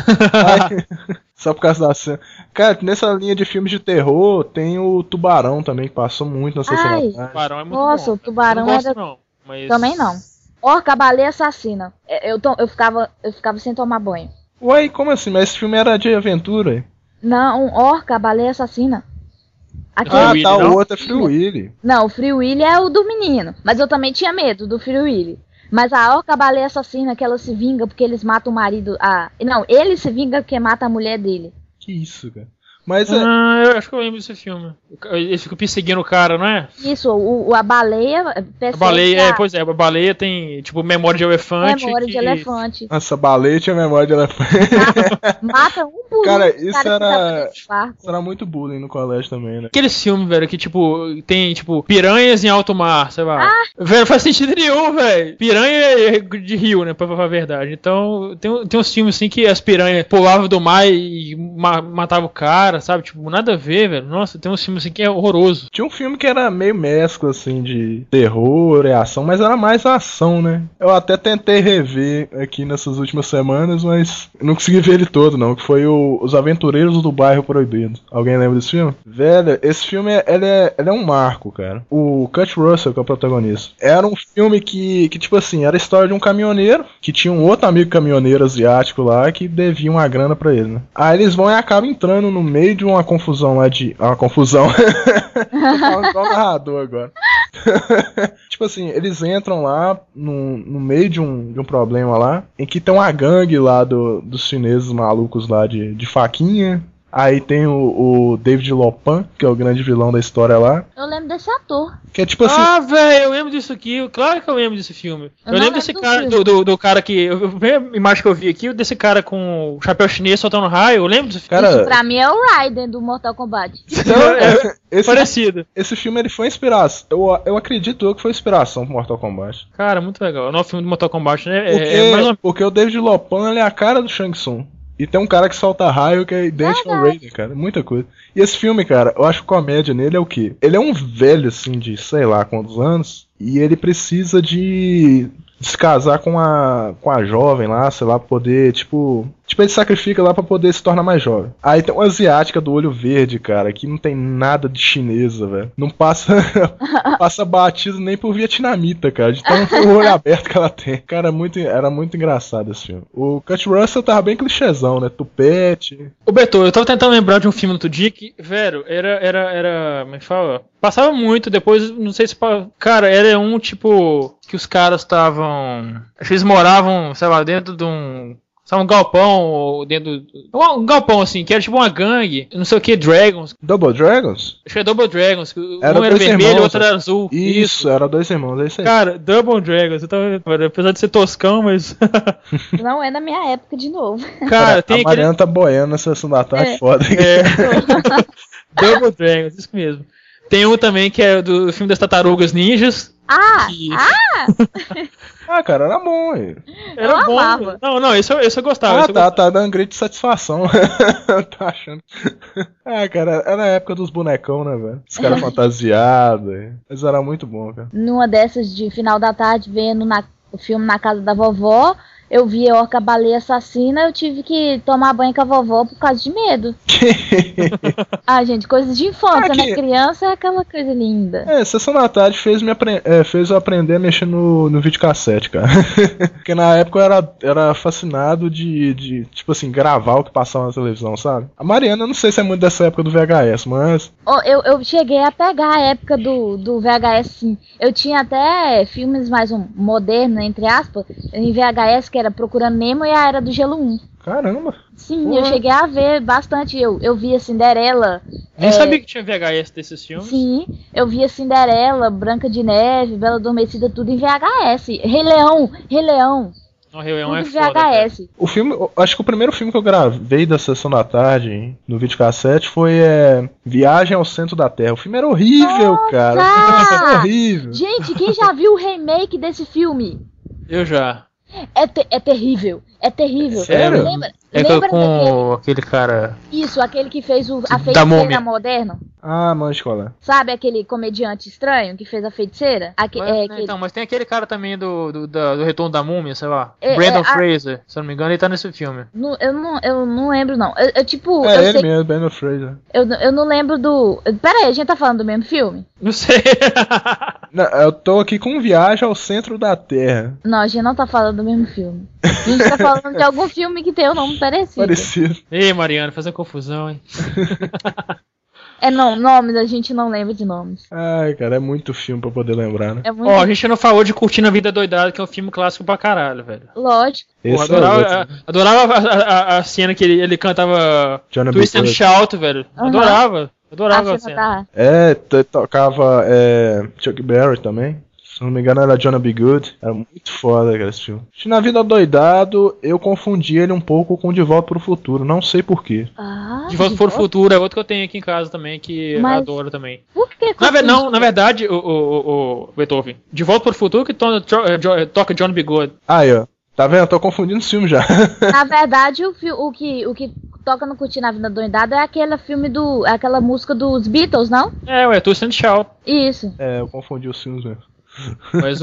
Só por causa da cena. Cara, nessa linha de filmes de terror, tem o Tubarão também, que passou muito na Sessão Ai. da Tarde. Tubarão é muito Nossa, bom. o Tubarão eu não gosto, era- não. Mas... Também não. Orca, Baleia Assassina. Eu ficava sem tomar banho. Uai, como assim? Mas esse filme era de aventura. Não, Orca, Baleia Assassina. Aquele... Ah, Willy, tá, não? o outro é Free Willy. Não, o Free Willy é o do menino. Mas eu também tinha medo do Free Willy. Mas a Orca Baleia Assassina, que ela se vinga porque eles matam o marido. Não, ele se vinga porque mata a mulher dele. Que isso, cara. Mas eu acho que eu lembro desse filme. Ele fica perseguindo o cara, não é? Isso, a baleia. A baleia, pois é, a baleia tem, tipo, memória de elefante. Memória de que- elefante. Essa baleia tinha memória de elefante. Mata um por um. Cara, os isso caras que era- tá dentro do barco. Isso era muito bullying no colégio também, né? Aquele filme, velho, que, tipo, tem, tipo, piranhas em alto mar, sei lá. Velho, não faz sentido nenhum, velho. Piranha é de rio, né, pra falar a verdade. Então, tem uns filmes, assim, que as piranhas pulavam do mar e matavam o cara, sabe? Tipo, nada a ver, velho. Nossa, tem uns filmes, assim, que é horroroso. Tinha um filme que era meio mescla, assim, de terror e ação, mas era mais ação, né? Eu até tentei rever aqui nessas últimas semanas, mas não consegui ver ele todo, não. Que foi Os Aventureiros do Bairro Proibido. Alguém lembra desse filme? Velho, esse filme, ele é um marco, cara. O Kurt Russell, que é o protagonista. Era um filme que, tipo assim, era a história de um caminhoneiro, que tinha um outro amigo caminhoneiro asiático lá, que devia uma grana pra ele, né? Aí eles vão e acabam entrando no meio de uma confusão lá de... Uma confusão... Tô falando igual narrador agora. Tipo assim, eles entram lá no meio de um problema lá, em que tem uma gangue lá dos chineses malucos lá de faquinha. Aí tem o David Lopan, que é o grande vilão da história lá. Eu lembro desse ator. Que é tipo assim... Ah, velho, eu lembro disso aqui. Claro que eu lembro desse filme. Eu Eu não lembro desse lembro do cara, filme. do cara que... A primeira imagem que eu vi aqui, desse cara com o chapéu chinês soltando raio. Eu lembro desse filme. Isso Cara, pra mim é o Raiden do Mortal Kombat. então, esse, Parecido. esse filme ele foi inspiração. Eu acredito que foi inspiração pro Mortal Kombat. Cara, muito legal. O novo filme do Mortal Kombat, né? É mais uma... Porque o David Lopan ele é a cara do Shang Tsung. E tem um cara que solta raio que é idêntico ao Raiden, cara. Muita coisa. E esse filme, cara, eu acho que a comédia nele é o quê? Ele é um velho, assim, de sei lá quantos anos. E ele precisa de se casar com a jovem lá, sei lá, pra poder, tipo, ele sacrifica lá pra poder se tornar mais jovem. Aí tem uma asiática do olho verde, cara, que não tem nada de chinesa, velho. Não passa batido nem por vietnamita, cara, de tão olho aberto que ela tem. Cara, era muito engraçado esse filme. O Kurt Russell tava bem clichêzão, né? Tupete. Ô Beto, eu tava tentando lembrar de um filme no outro dia que, velho, era. Como é que fala? Passava muito, depois, não sei se. Cara, era um tipo. Que os caras estavam. Acho que eles moravam, sei lá, dentro de um. Sabe, um galpão, ou dentro. Um galpão assim, que era tipo uma gangue, não sei o que, Dragons. Double Dragons? Acho que é Double Dragons. Era Um era dois vermelho, irmãos, o outro era azul. Isso, era dois irmãos, é isso aí. Cara, Double Dragons, eu tava, apesar de ser toscão, mas. Não é da minha época de novo. Cara, tem a aquele. Mariana tá boiando na sessão da tarde, foda. Double Dragons, isso mesmo. Tem um também que é do filme das Tartarugas Ninjas. Ah! Que- Ah, cara, era bom. Era Eu bom. amava. Não, esse eu gostava. Ah, esse eu gostava. tá dando grito de satisfação. Tá achando. Ah, cara, era a época dos bonecão, né, velho? Os caras fantasiados. Mas era muito bom, cara. Numa dessas de final da tarde, vendo o filme na casa da vovó, eu vi a Orca Baleia Assassina, eu tive que tomar banho com a vovó por causa de medo. Ah, gente, coisas de infância, né? Criança é aquela coisa linda. Sessão da Tarde fez eu aprender a mexer no videocassete, cara. Porque na época eu era fascinado de, tipo assim, gravar o que passava na televisão, sabe? A Mariana, eu não sei se é muito dessa época do VHS, mas... Eu cheguei a pegar a época do VHS, sim. Eu tinha até filmes mais modernos, entre aspas, em VHS, que era Procurando Nemo e a Era do Gelo 1. Caramba! Sim, Porra. eu cheguei a ver bastante. Eu via Cinderela. Nem sabia que tinha VHS desses filmes. Sim, eu via Cinderela, Branca de Neve, Bela Adormecida, tudo em VHS. Rei Leão. O Rei Leão Tudo é em foda, cara. VHS. O filme, acho que o primeiro filme que eu gravei da Sessão da Tarde no videocassete foi Viagem ao Centro da Terra. O filme era horrível, cara. Era horrível. Gente, quem já viu o remake desse filme? Eu já. É terrível. É terrível. Sério? Lembra com aquele cara... Isso, aquele que fez a Da Feiticeira Múmia. Moderna. Ah, manjo qual é. Sabe aquele comediante estranho que fez a Feiticeira? Mas tem aquele cara também do Retorno da Múmia, sei lá. É, Brandon Fraser, se eu não me engano, ele tá nesse filme. Eu não lembro, não. Eu Ele sei, mesmo, Brandon Fraser. eu não lembro do... Pera aí, a gente tá falando do mesmo filme? Não sei. Não, eu tô aqui com Viagem ao Centro da Terra. Não, a gente não tá falando do mesmo filme. A gente tá falando de algum filme que tem o nome parecido. Parecido. Ei, Mariana, fazendo confusão, hein? Nomes, a gente não lembra de nomes. Ai, cara, é muito filme pra poder lembrar, né? É muito Ó, a gente não falou de Curtindo a Vida Doidada, que é um filme clássico pra caralho, velho. lógico. Porra, Esse é outro. adorava a cena que ele cantava Johnny Twist B. and Good. Shout, velho. Adorava a cena. Tocava Chuck Berry também. Se não me engano era Johnny B. Good. Era muito foda, cara, esse filme. Na Vida Doidado, eu confundi ele um pouco com De Volta pro Futuro. Não sei porquê. De Volta para o Futuro é outro que eu tenho aqui em casa também, que eu adoro também. Por que? Na verdade, o Beethoven. De Volta para o Futuro que toca Johnny B. Good. Aí, ó. Tá vendo? Eu tô confundindo os filmes já. Na verdade, o que toca no Curtindo a Vida Doidada é aquela música dos Beatles, não? É, Twist and Shout. Isso. Eu confundi os filmes mesmo. Mas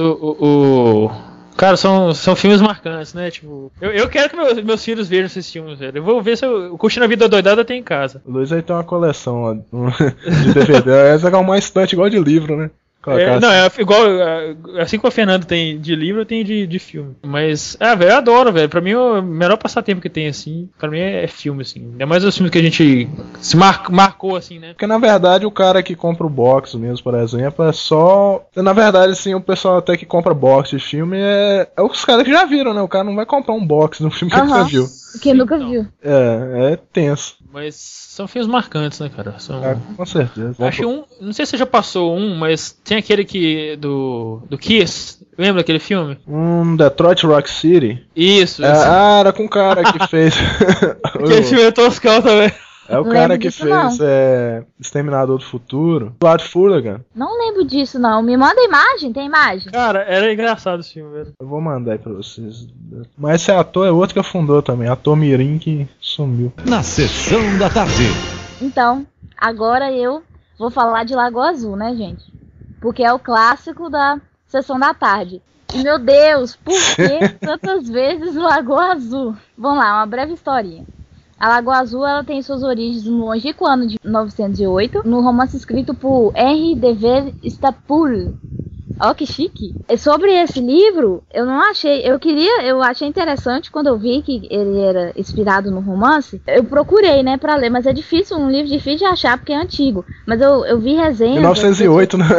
cara, são filmes marcantes, né? Tipo, eu quero que meus filhos vejam esses filmes, velho. Eu vou ver se o Curtindo a Vida Doidada tem em casa. O Luiz aí tem uma coleção ó, de DVD. Essa é uma estante igual de livro, né? Não, é igual. Assim como a Fernanda tem de livro, eu tenho de filme. Mas, velho, eu adoro, velho. Pra mim, o melhor passatempo que tem, assim, pra mim é filme, assim. Ainda mais os filmes que a gente se marcou, assim, né? Porque, na verdade, o cara que compra o box mesmo, por exemplo, é só... Na verdade, assim, o pessoal até que compra box de filme é os caras que já viram, né? O cara não vai comprar um box de um filme que ele já viu. Que nunca viu. É tenso. Mas são filmes marcantes, né, cara? Com certeza. Acho não sei se você já passou mas tem aquele do Kiss. Lembra daquele filme? Detroit Rock City. Isso. Era com o cara que fez... Aquele filme é toscão também. É o cara que fez Exterminador do Futuro. Vlad Furlagan. Não lembro disso, não. Me manda imagem, tem imagem? Cara, era engraçado esse filme, velho. Eu vou mandar aí pra vocês. Mas esse ator é outro que afundou também. Ator mirim que sumiu. Na Sessão da Tarde. Então, agora eu vou falar de Lagoa Azul, né, gente? Porque é o clássico da Sessão da Tarde. E, meu Deus, por que tantas vezes Lagoa Azul? Vamos lá, uma breve historinha. A Lagoa Azul ela tem suas origens no longínquo ano de 1908, no romance escrito por Henri Dever Staples. Ó, que chique. Sobre esse livro, eu não achei... Eu achei interessante quando eu vi que ele era inspirado no romance. Eu procurei, né, pra ler, mas é difícil, um livro difícil de achar porque é antigo. Mas eu vi resenha... 1908, né?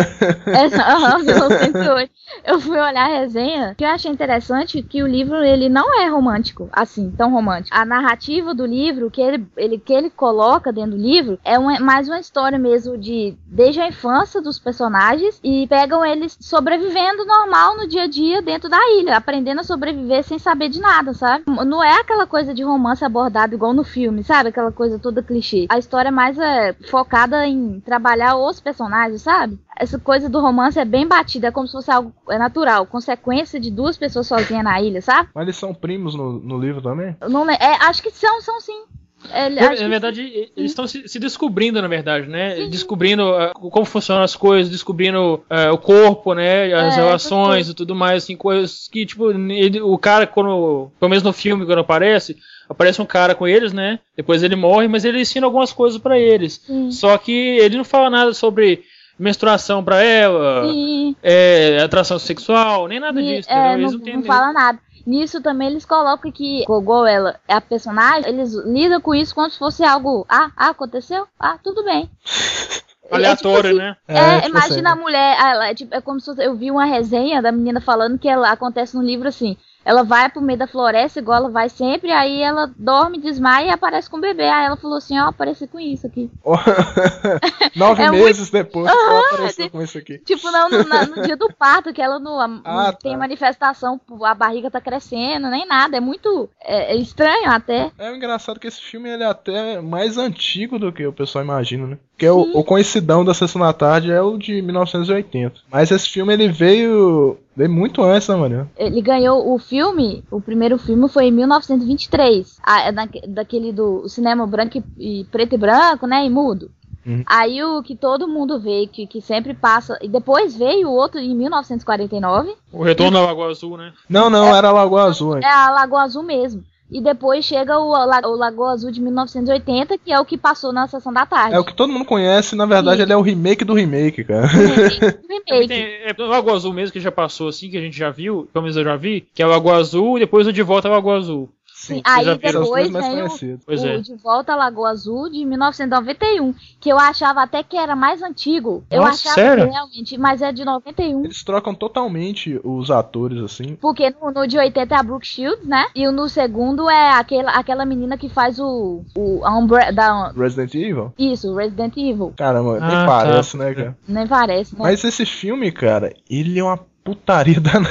1908. Eu fui olhar a resenha, que eu achei interessante que o livro, ele não é romântico, assim, tão romântico. A narrativa do livro, que ele coloca dentro do livro, é mais uma história mesmo desde a infância dos personagens, e pegam eles sobrevivendo normal no dia a dia dentro da ilha, aprendendo a sobreviver sem saber de nada, sabe? Não é aquela coisa de romance abordado igual no filme, sabe? Aquela coisa toda clichê. A história mais é focada em trabalhar os personagens, sabe? Essa coisa do romance é bem batida, é como se fosse algo natural, consequência de duas pessoas sozinhas na ilha, sabe? Mas eles são primos no livro também? Acho que são sim. Na verdade, eles estão se descobrindo, na verdade, né? Sim. Descobrindo como funcionam as coisas, descobrindo o corpo, né? As relações e tudo mais, assim, coisas que, tipo, o cara, pelo menos no filme, quando aparece um cara com eles, né? Depois ele morre, mas ele ensina algumas coisas pra eles. Sim. Só que ele não fala nada sobre menstruação pra ela, atração sexual, nem nada disso, entendeu? Eles não fala nada. Nisso também eles colocam que, igual ela é a personagem, eles lidam com isso como se fosse algo, aconteceu? Tudo bem. Aleatório, tipo assim, né? Imagina a mulher, é como se eu vi uma resenha da menina falando que ela acontece no livro assim. Ela vai pro meio da floresta, igual ela vai sempre, aí ela dorme, desmaia e aparece com o bebê. Aí ela falou assim, apareci com isso aqui. 9 meses depois, ela apareceu com isso aqui. Tipo, no dia do parto, que ela não tem manifestação, a barriga tá crescendo, nem nada. É muito estranho até. É engraçado que esse filme ele é até mais antigo do que o pessoal imagina, né? Porque o Conhecidão da Sessão da Tarde é o de 1980. Mas esse filme ele veio muito antes, né, mano? Ele ganhou o primeiro filme foi em 1923. Daquele do cinema branco e preto e branco, né, e mudo. Aí o que todo mundo vê, que sempre passa. E depois veio o outro em 1949. O Retorno da Lagoa Azul, né? Não, era a Lagoa Azul. É a Lagoa Azul mesmo. E depois chega o Lagoa Azul de 1980, que é o que passou na Sessão da Tarde. É o que todo mundo conhece, na verdade ele é o remake do remake, cara. O Lagoa Azul mesmo, que já passou assim, que a gente já viu, pelo menos eu já vi, que é o Lagoa Azul e depois o De Volta ao Lagoa Azul. Sim, aí depois vem o De Volta à Lagoa Azul de 1991, que eu achava até que era mais antigo. Eu achava sério? Que realmente, mas é de 91. Eles trocam totalmente os atores, assim. Porque no de 80 é a Brooke Shields, né? E no segundo é aquela menina que faz a Umbrella da Resident Evil? Isso, Resident Evil. Caramba, nem parece, né, cara? Nem parece, né? Mas esse filme, cara, ele é uma putaria danada.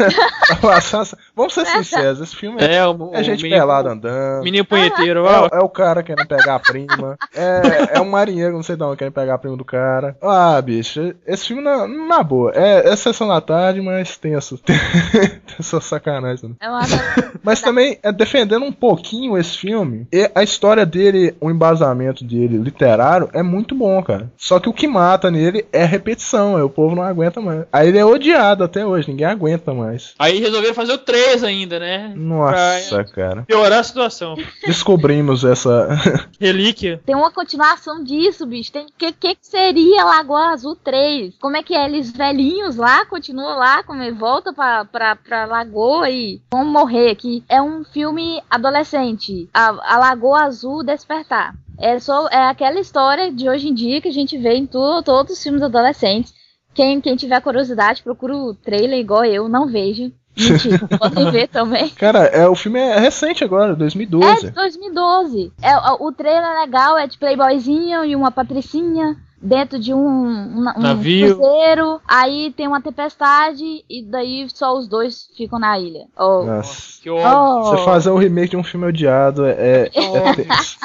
Vamos ser sinceros, esse filme é gente pelada andando. Menino punheteiro, é o cara querendo pegar a prima. É um marinheiro, não sei de onde, querendo pegar a prima do cara. Bicho, esse filme na boa. É Sessão da Tarde, mas tem essa sacanagem. Né? Mas também defendendo um pouquinho esse filme. E a história dele, o embasamento dele literário é muito bom, cara. Só que o que mata nele é repetição. O povo não aguenta mais. Aí ele é odiado até hoje, ninguém aguenta mais. Aí resolveram fazer o 3 ainda, né? Nossa, cara. Piorar a situação. Descobrimos essa relíquia. Tem uma continuação disso, bicho. Tem que seria Lagoa Azul 3? Como é que é? Eles velhinhos lá, continuam lá, volta pra Lagoa e vão morrer aqui. É um filme adolescente. A Lagoa Azul Despertar. É aquela história de hoje em dia que a gente vê em todos os filmes adolescentes. Quem tiver curiosidade, procura o trailer igual eu, não vejo. Mentira, podem ver também. Cara, o filme é recente agora, 2012. É de 2012. O trailer é legal, é de playboyzinho e uma patricinha dentro de um navio. Cruzeiro. Aí tem uma tempestade e daí só os dois ficam na ilha. Nossa, que Você fazer um remake de um filme odiado é tenso.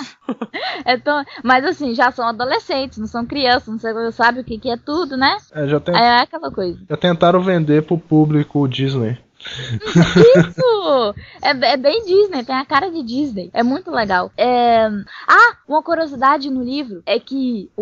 Mas assim, já são adolescentes, não são crianças, não sabe o que é tudo, né? É aquela coisa. Já tentaram vender pro público Disney. Isso! É bem Disney, tem a cara de Disney. É muito legal. Uma curiosidade no livro é que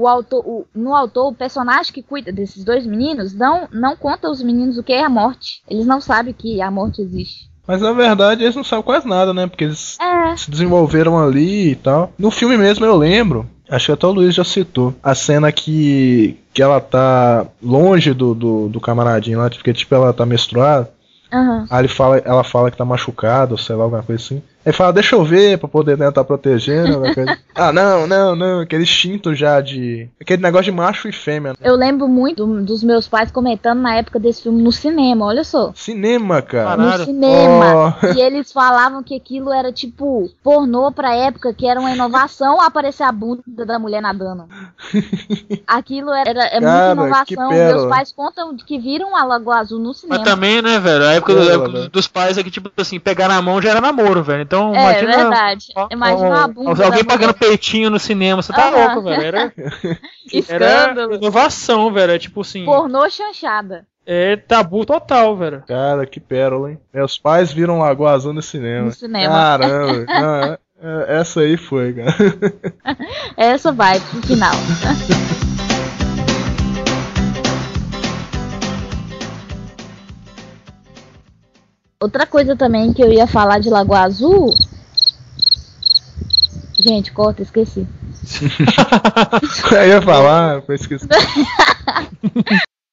o personagem que cuida desses dois meninos não conta aos meninos o que é a morte. Eles não sabem que a morte existe. Mas na verdade eles não sabem quase nada, né? Porque eles se desenvolveram ali e tal. No filme mesmo eu lembro, acho que até o Luiz já citou, a cena que ela tá longe do camaradinho lá, porque tipo ela tá menstruada. Uhum. Aí ela fala que tá machucado, sei lá, alguma coisa assim. Aí fala, deixa eu ver, pra poder tentar protegendo, alguma coisa. Não, aquele instinto já de... Aquele negócio de macho e fêmea. Eu lembro muito dos meus pais comentando na época desse filme no cinema, olha só. Cinema, cara. No cinema. E eles falavam que aquilo era tipo pornô pra época, que era uma inovação aparecer a bunda da mulher nadando. Aquilo é Cara, muita que inovação. pérola. Meus pais contam que viram a Lagoa Azul no cinema. Mas também, né, velho? A época, Velho. dos pais é que, tipo assim, pegar na mão já era namoro, velho. Então, É imagina. verdade. Imagina a bunda alguém da pagando mulher. peitinho no cinema, você tá Aham. louco, velho. Era Escândalo. inovação, velho. É tipo assim. Pornô chanchada. É tabu total, velho. Cara, que pérola, hein? Meus pais viram Lagoa Azul no cinema. No cinema. Caramba. Não, essa aí foi, cara. Essa vai pro final. Outra coisa também que eu ia falar de Lagoa Azul. Gente, corta, esqueci. Eu ia falar, eu esqueci.